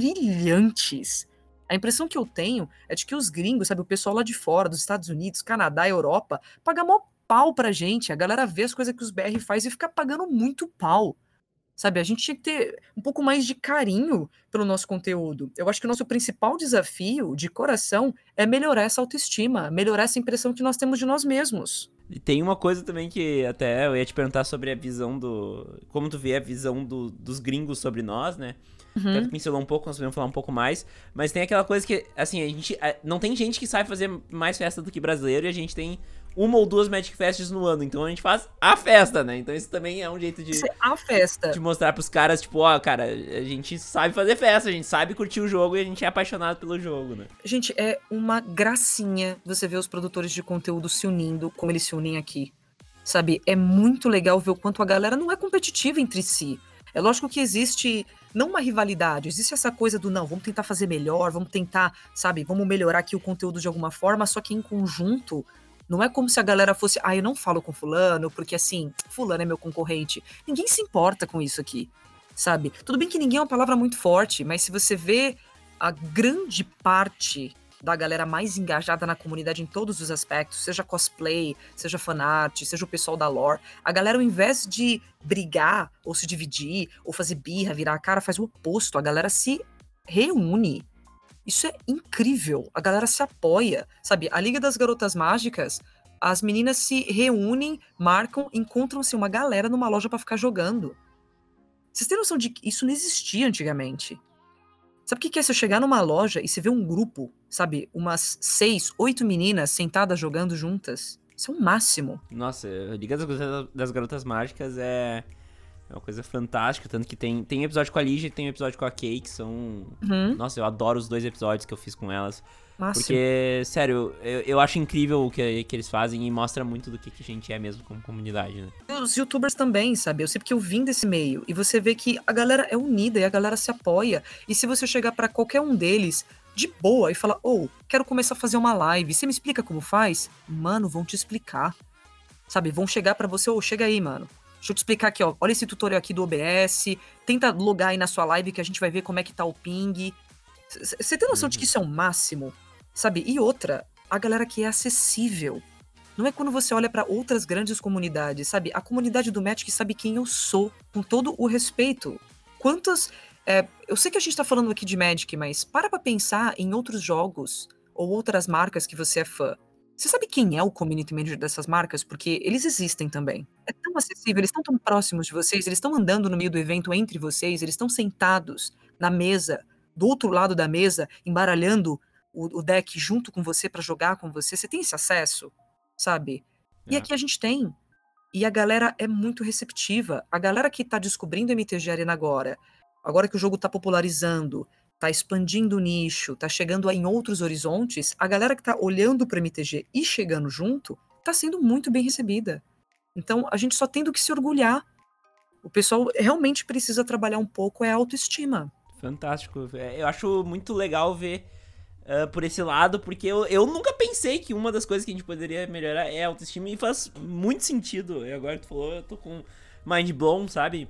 brilhantes. A impressão que eu tenho é de que os gringos, sabe? O pessoal lá de fora, dos Estados Unidos, Canadá, Europa, paga mó pau pra gente. A galera vê as coisas que os B R faz e fica pagando muito pau. Sabe, a gente tinha que ter um pouco mais de carinho pelo nosso conteúdo. Eu acho que o nosso principal desafio, de coração, é melhorar essa autoestima, melhorar essa impressão que nós temos de nós mesmos. E tem uma coisa também que até eu ia te perguntar sobre a visão do... Como tu vê a visão do, dos gringos sobre nós, né? Uhum. Até tu pincelou um pouco, nós podemos falar um pouco mais. Mas tem aquela coisa que, assim, a gente... Não tem gente que sabe fazer mais festa do que brasileiro e a gente tem uma ou duas Magic Fests no ano. Então a gente faz a festa, né? Então isso também é um jeito de... Isso é a festa. De mostrar pros caras, tipo, ó, cara, a gente sabe fazer festa, a gente sabe curtir o jogo e a gente é apaixonado pelo jogo, né? Gente, é uma gracinha você ver os produtores de conteúdo se unindo como eles se unem aqui. Sabe? É muito legal ver o quanto a galera não é competitiva entre si. É lógico que existe, não uma rivalidade, existe essa coisa do, não, vamos tentar fazer melhor, vamos tentar, sabe, vamos melhorar aqui o conteúdo de alguma forma, só que em conjunto, não é como se a galera fosse, ah, eu não falo com fulano, porque assim, fulano é meu concorrente. Ninguém se importa com isso aqui, sabe? Tudo bem que ninguém é uma palavra muito forte, mas se você vê a grande parte da galera mais engajada na comunidade em todos os aspectos, seja cosplay, seja fanart, seja o pessoal da lore, a galera, ao invés de brigar, ou se dividir, ou fazer birra, virar a cara, faz o oposto, a galera se reúne. Isso é incrível, a galera se apoia, sabe? A Liga das Garotas Mágicas, as meninas se reúnem, marcam, encontram-se uma galera numa loja pra ficar jogando. Vocês têm noção de que isso não existia antigamente? Sabe o que é você chegar numa loja e você ver um grupo, sabe? Umas seis, oito meninas sentadas jogando juntas? Isso é o máximo. Nossa, a Liga das, das Garotas Mágicas é... É uma coisa fantástica, tanto que tem, tem episódio com a Lígia e tem episódio com a Kay, que são... Uhum. Nossa, eu adoro os dois episódios que eu fiz com elas. Máximo. Porque, sério, eu, eu acho incrível o que, que eles fazem e mostra muito do que, que a gente é mesmo como comunidade, né? Os youtubers também, sabe? Eu sei porque eu vim desse meio. E você vê que a galera é unida e a galera se apoia. E se você chegar pra qualquer um deles, de boa, e falar, ô, oh, quero começar a fazer uma live, você me explica como faz? Mano, vão te explicar. Sabe? Vão chegar pra você, ô, oh, chega aí, mano. Deixa eu te explicar aqui, ó. Olha esse tutorial aqui do O B S. Tenta logar aí na sua live que a gente vai ver como é que tá o ping. Você tem noção uhum. de que isso é o máximo? Sabe? E outra, a galera que é acessível. Não é quando você olha pra outras grandes comunidades, sabe? A comunidade do Magic sabe quem eu sou, com todo o respeito. Quantas... É, eu sei que a gente tá falando aqui de Magic, mas para pra pensar em outros jogos ou outras marcas que você é fã. Você sabe quem é o community manager dessas marcas? Porque eles existem também. É tão acessível, eles estão tão próximos de vocês, eles estão andando no meio do evento entre vocês, eles estão sentados na mesa, do outro lado da mesa, embaralhando o, o deck junto com você pra jogar com você. Você tem esse acesso, sabe? E é. Aqui a gente tem. E a galera é muito receptiva. A galera que tá descobrindo M T G Arena agora, agora que o jogo tá popularizando, tá expandindo o nicho, tá chegando em outros horizontes, a galera que tá olhando pro M T G e chegando junto, tá sendo muito bem recebida. Então, a gente só tem do que se orgulhar. O pessoal realmente precisa trabalhar um pouco, é a autoestima. Fantástico. Eu acho muito legal ver uh, por esse lado, porque eu, eu nunca pensei que uma das coisas que a gente poderia melhorar é a autoestima, e faz muito sentido. E agora tu falou, eu tô com mind blown, sabe?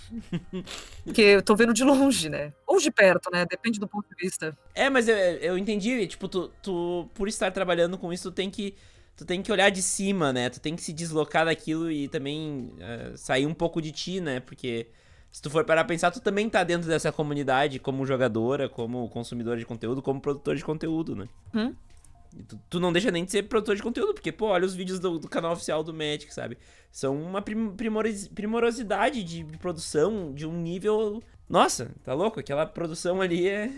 Porque eu tô vendo de longe, né? Ou de perto, né? Depende do ponto de vista. É, mas eu, eu entendi, tipo, tu, tu, por estar trabalhando com isso, tu tem que, tu tem que olhar de cima, né? Tu tem que se deslocar daquilo e também uh, sair um pouco de ti, né? Porque se tu for parar pra pensar, tu também tá dentro dessa comunidade como jogadora, como consumidora de conteúdo, como produtor de conteúdo, né? Hum? Tu, tu não deixa nem de ser produtor de conteúdo, porque, pô, olha os vídeos do, do canal oficial do Magic, sabe? São uma prim, primorosi, primorosidade de, de produção, de um nível... Nossa, tá louco? Aquela produção ali é...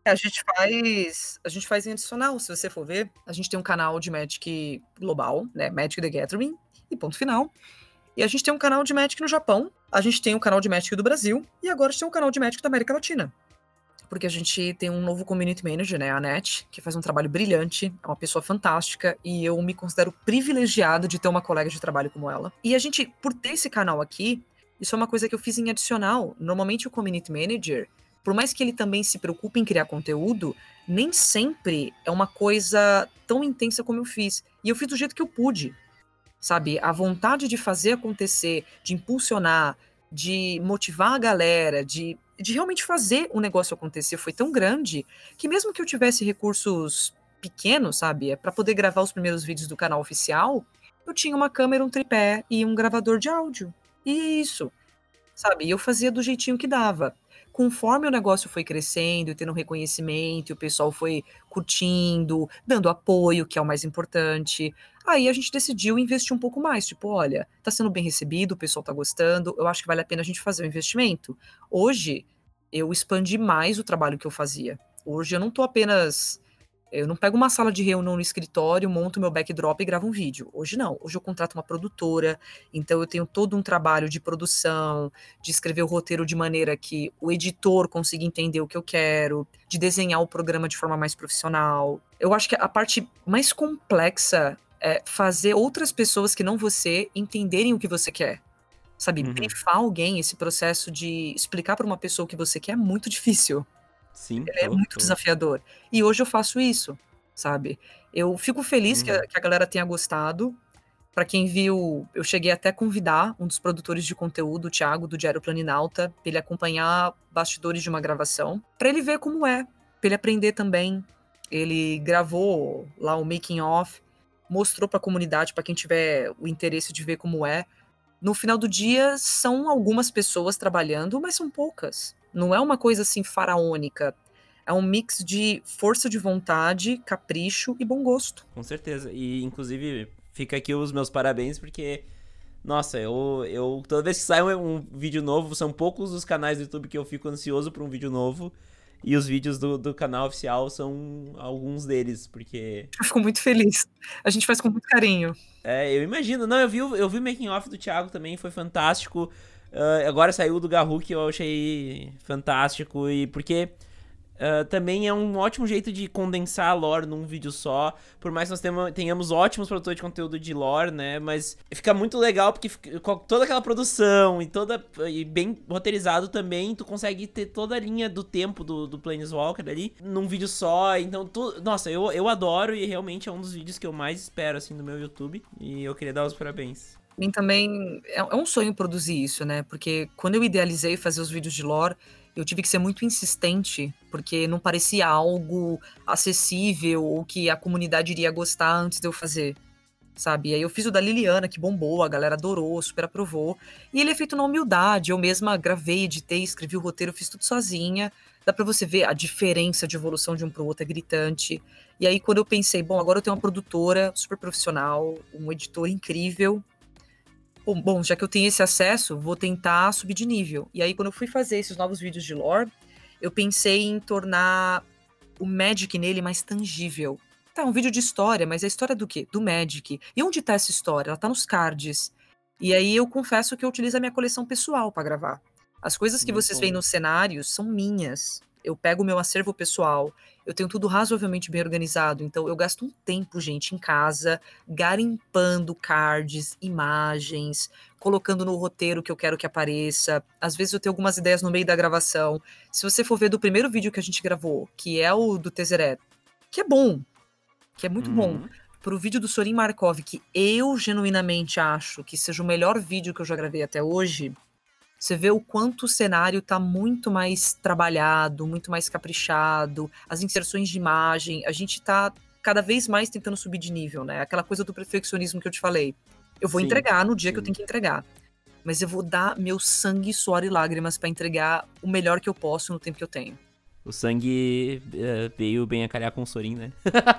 A gente faz a gente faz em adicional, se você for ver, a gente tem um canal de Magic global, né, Magic: The Gathering e ponto final. E a gente tem um canal de Magic no Japão, a gente tem um canal de Magic do Brasil e agora a gente tem um canal de Magic da América Latina. Porque a gente tem um novo community manager, né, a Net, que faz um trabalho brilhante, é uma pessoa fantástica e eu me considero privilegiado de ter uma colega de trabalho como ela. E a gente, por ter esse canal aqui, isso é uma coisa que eu fiz em adicional. Normalmente o community manager, por mais que ele também se preocupe em criar conteúdo, nem sempre é uma coisa tão intensa como eu fiz. E eu fiz do jeito que eu pude, sabe? A vontade de fazer acontecer, de impulsionar, de motivar a galera, de, de realmente fazer o negócio acontecer foi tão grande que mesmo que eu tivesse recursos pequenos, sabe? Para poder gravar os primeiros vídeos do canal oficial, eu tinha uma câmera, um tripé e um gravador de áudio. E isso, sabe? E eu fazia do jeitinho que dava. Conforme o negócio foi crescendo e tendo reconhecimento, e o pessoal foi curtindo, dando apoio, que é o mais importante, aí a gente decidiu investir um pouco mais. Tipo, olha, tá sendo bem recebido, o pessoal tá gostando, eu acho que vale a pena a gente fazer o investimento. Hoje, eu expandi mais o trabalho que eu fazia. Hoje eu não tô apenas... Eu não pego uma sala de reunião no escritório, monto meu backdrop e gravo um vídeo. Hoje não. Hoje eu contrato uma produtora, então eu tenho todo um trabalho de produção, de escrever o roteiro de maneira que o editor consiga entender o que eu quero, de desenhar o programa de forma mais profissional. Eu acho que a parte mais complexa é fazer outras pessoas que não você entenderem o que você quer. Sabe, Uhum. brifar alguém, esse processo de explicar para uma pessoa o que você quer é muito difícil. Sim, Ele é tô, muito tô. desafiador. E hoje eu faço isso, sabe? Eu fico feliz que a, Uhum. que a galera tenha gostado. Pra quem viu, eu cheguei até a convidar um dos produtores de conteúdo, o Thiago, do Diário Planinauta, pra ele acompanhar bastidores de uma gravação, pra ele ver como é, pra ele aprender também. Ele gravou lá o making of, mostrou pra comunidade, pra quem tiver o interesse de ver como é. No final do dia, são algumas pessoas trabalhando, mas são poucas. Não é uma coisa assim faraônica. É um mix de força de vontade, capricho e bom gosto. Com certeza. E, inclusive, fica aqui os meus parabéns, porque, nossa, eu, eu toda vez que sai um, um vídeo novo, são poucos os canais do YouTube que eu fico ansioso por um vídeo novo. E os vídeos do, do canal oficial são alguns deles, porque... Eu fico muito feliz. A gente faz com muito carinho. É, eu imagino. Não, eu vi, o- eu vi o making off do Thiago também, foi fantástico. Ah, agora saiu o do Garru, que eu achei fantástico. E porque ah, também é um ótimo jeito de condensar a lore num vídeo só. Por mais que nós temo- tenhamos ótimos produtores de conteúdo de lore, né? Mas fica muito legal porque fica- com toda aquela produção e toda e bem roteirizado também, tu consegue ter toda a linha do tempo do, do Planeswalker ali num vídeo só. Então, tu, nossa, eu, eu adoro e realmente é um dos vídeos que eu mais espero, assim, do meu YouTube. E eu queria dar os parabéns. Pra mim também é é um sonho produzir isso, né? Porque quando eu idealizei fazer os vídeos de lore, eu tive que ser muito insistente, porque não parecia algo acessível ou que a comunidade iria gostar antes de eu fazer, sabe? E aí eu fiz o da Liliana, que bombou, a galera adorou, super aprovou. E ele é feito na humildade, eu mesma gravei, editei, escrevi o roteiro, fiz tudo sozinha. Dá pra você ver a diferença de evolução de um pro outro, é gritante. E aí quando eu pensei, bom, agora eu tenho uma produtora super profissional, um editor incrível. Bom, bom, já que eu tenho esse acesso, vou tentar subir de nível. E aí, quando eu fui fazer esses novos vídeos de lore, eu pensei em tornar o Magic nele mais tangível. Tá, um vídeo de história, mas a história do quê? Do Magic. E onde tá essa história? Ela tá nos cards. E aí eu confesso que eu utilizo a minha coleção pessoal pra gravar. As coisas que Muito vocês veem bom. nos cenários são minhas. Eu pego o meu acervo pessoal, eu tenho tudo razoavelmente bem organizado, então eu gasto um tempo, gente, em casa, garimpando cards, imagens, colocando no roteiro que eu quero que apareça. Às vezes eu tenho algumas ideias no meio da gravação. Se você for ver do primeiro vídeo que a gente gravou, que é o do Tezzeret, que é bom, que é muito bom, Uhum. pro vídeo do Sorin Markov, que eu genuinamente acho que seja o melhor vídeo que eu já gravei até hoje, você vê o quanto o cenário tá muito mais trabalhado, muito mais caprichado, as inserções de imagem, a gente tá cada vez mais tentando subir de nível, né? Aquela coisa do perfeccionismo que eu te falei. Eu vou Sim, entregar no dia que eu sim. tenho que entregar, mas eu vou dar meu sangue, suor e lágrimas pra entregar o melhor que eu posso no tempo que eu tenho. O sangue eh, veio bem a calhar com o Sorin, né?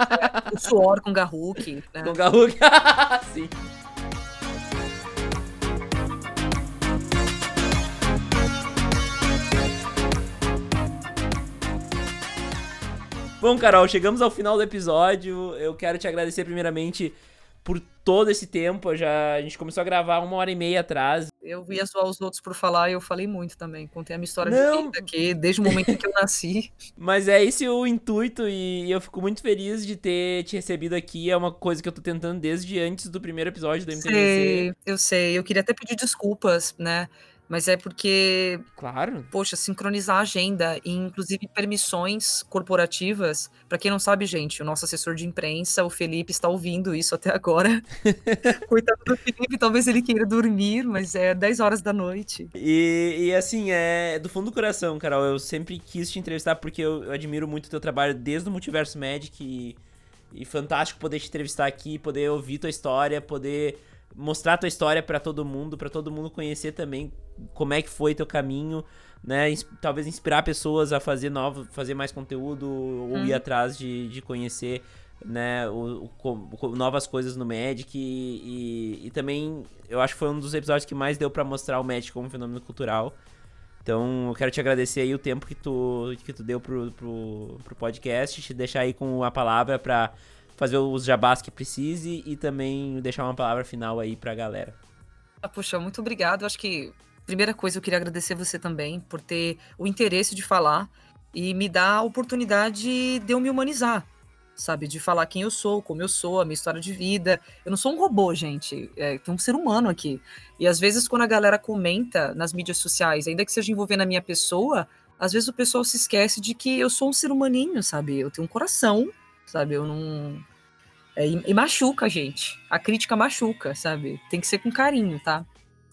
O suor com Garruk, né? Com o Garruk. Sim. Bom, Carol, chegamos ao final do episódio. Eu quero te agradecer primeiramente por todo esse tempo. Já, a gente começou a gravar uma hora e meia atrás. Eu ia zoar os outros por falar e eu falei muito também. Contei a minha história Não. de vida aqui, desde o momento em que eu nasci. Mas é esse o intuito e eu fico muito feliz de ter te recebido aqui. É uma coisa que eu tô tentando desde antes do primeiro episódio do M T G C. Sei, eu sei. Eu queria até pedir desculpas, né? Mas é porque, Claro. poxa, sincronizar a agenda e inclusive permissões corporativas. Pra quem não sabe, gente, o nosso assessor de imprensa, o Felipe, está ouvindo isso até agora. Coitado do Felipe, talvez ele queira dormir, mas é dez horas da noite. E, e assim, é do fundo do coração, Carol. Eu sempre quis te entrevistar porque eu, eu admiro muito o teu trabalho desde o Multiverso Magic. E, e fantástico poder te entrevistar aqui, poder ouvir tua história, poder mostrar tua história pra todo mundo, pra todo mundo conhecer também como é que foi teu caminho, né? Ins- talvez inspirar pessoas a fazer novo, fazer mais conteúdo ou Hum. ir atrás de, de conhecer, né, o, o co- co- novas coisas no Magic e, e, e também eu acho que foi um dos episódios que mais deu pra mostrar o Magic como fenômeno cultural. Então eu quero te agradecer aí o tempo que tu, que tu deu pro, pro, pro podcast, te deixar aí com a palavra pra fazer os jabás que precise e também deixar uma palavra final aí pra galera. Ah, poxa, muito obrigado. Acho que, primeira coisa, eu queria agradecer você também por ter o interesse de falar e me dar a oportunidade de eu me humanizar, sabe? De falar quem eu sou, como eu sou, a minha história de vida. Eu não sou um robô, gente. É, tem um ser humano aqui. E às vezes, quando a galera comenta nas mídias sociais, ainda que seja envolvendo a minha pessoa, às vezes o pessoal se esquece de que eu sou um ser humaninho, sabe? Eu tenho um coração, sabe? Eu não. É, e, e machuca, gente. A crítica machuca, sabe? Tem que ser com carinho, tá?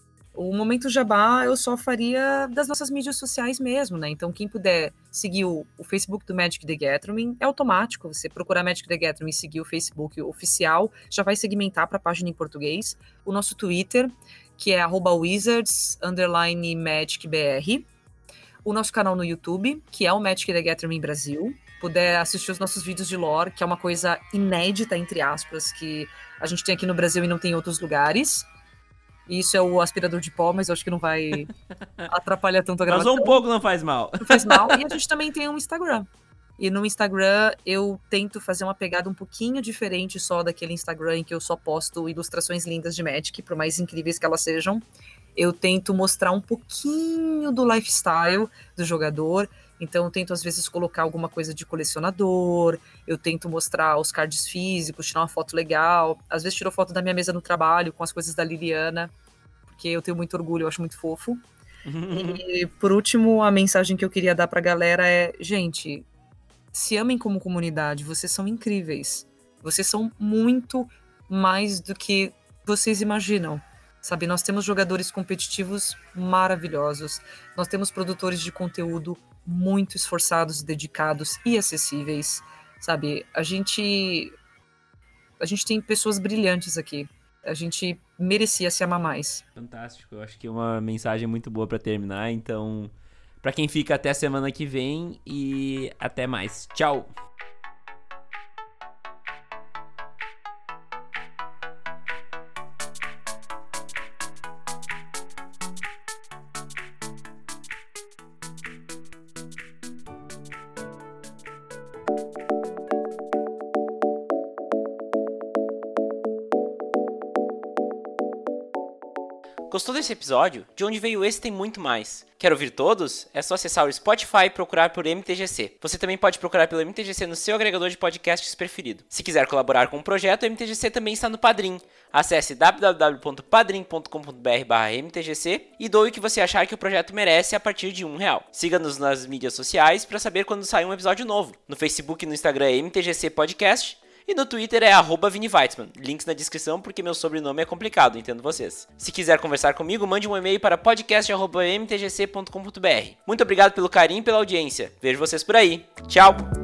O Momento Jabá eu só faria das nossas mídias sociais mesmo, né? Então, quem puder seguir o, o Facebook do Magic the Gathering, é automático. Você procurar Magic the Gathering e seguir o Facebook oficial, já vai segmentar para a página em português. O nosso Twitter, que é arroba wizards, underline magicbr. O nosso canal no YouTube, que é o Magic the Gathering Brasil. Puder assistir os nossos vídeos de lore, que é uma coisa inédita, entre aspas, que a gente tem aqui no Brasil e não tem em outros lugares. Isso é o aspirador de pó, mas eu acho que não vai atrapalhar tanto a gravação. Mas um pouco não faz mal. Não faz mal. E a gente também tem um Instagram. E no Instagram eu tento fazer uma pegada um pouquinho diferente só daquele Instagram em que eu só posto ilustrações lindas de Magic, por mais incríveis que elas sejam. Eu tento mostrar um pouquinho do lifestyle do jogador. Então eu tento às vezes colocar alguma coisa de colecionador, eu tento mostrar os cards físicos, tirar uma foto legal. Às vezes tiro foto da minha mesa no trabalho com as coisas da Liliana, porque eu tenho muito orgulho, eu acho muito fofo. E por último, a mensagem que eu queria dar pra galera é, gente, se amem como comunidade, vocês são incríveis. Vocês são muito mais do que vocês imaginam. Sabe, nós temos jogadores competitivos maravilhosos, nós temos produtores de conteúdo muito esforçados, dedicados e acessíveis, sabe? A gente a gente tem pessoas brilhantes aqui. A gente merecia se amar mais. Fantástico, eu acho que é uma mensagem muito boa pra terminar, então pra quem fica até a semana que vem e até mais. Tchau. Gostou desse episódio? De onde veio esse tem muito mais. Quer ouvir todos? É só acessar o Spotify e procurar por M T G C. Você também pode procurar pelo M T G C no seu agregador de podcasts preferido. Se quiser colaborar com o projeto, o M T G C também está no Padrim. Acesse w w w ponto padrim ponto com ponto b r barra M T G C e doe o que você achar que o projeto merece a partir de um real. Siga-nos nas mídias sociais para saber quando sai um episódio novo. No Facebook e no Instagram é M T G C Podcast. E no Twitter é arroba Vini Weitzman. Links na descrição porque meu sobrenome é complicado, entendo vocês. Se quiser conversar comigo, mande um e-mail para podcast arroba m t g c ponto com ponto b r. Muito obrigado pelo carinho e pela audiência. Vejo vocês por aí. Tchau!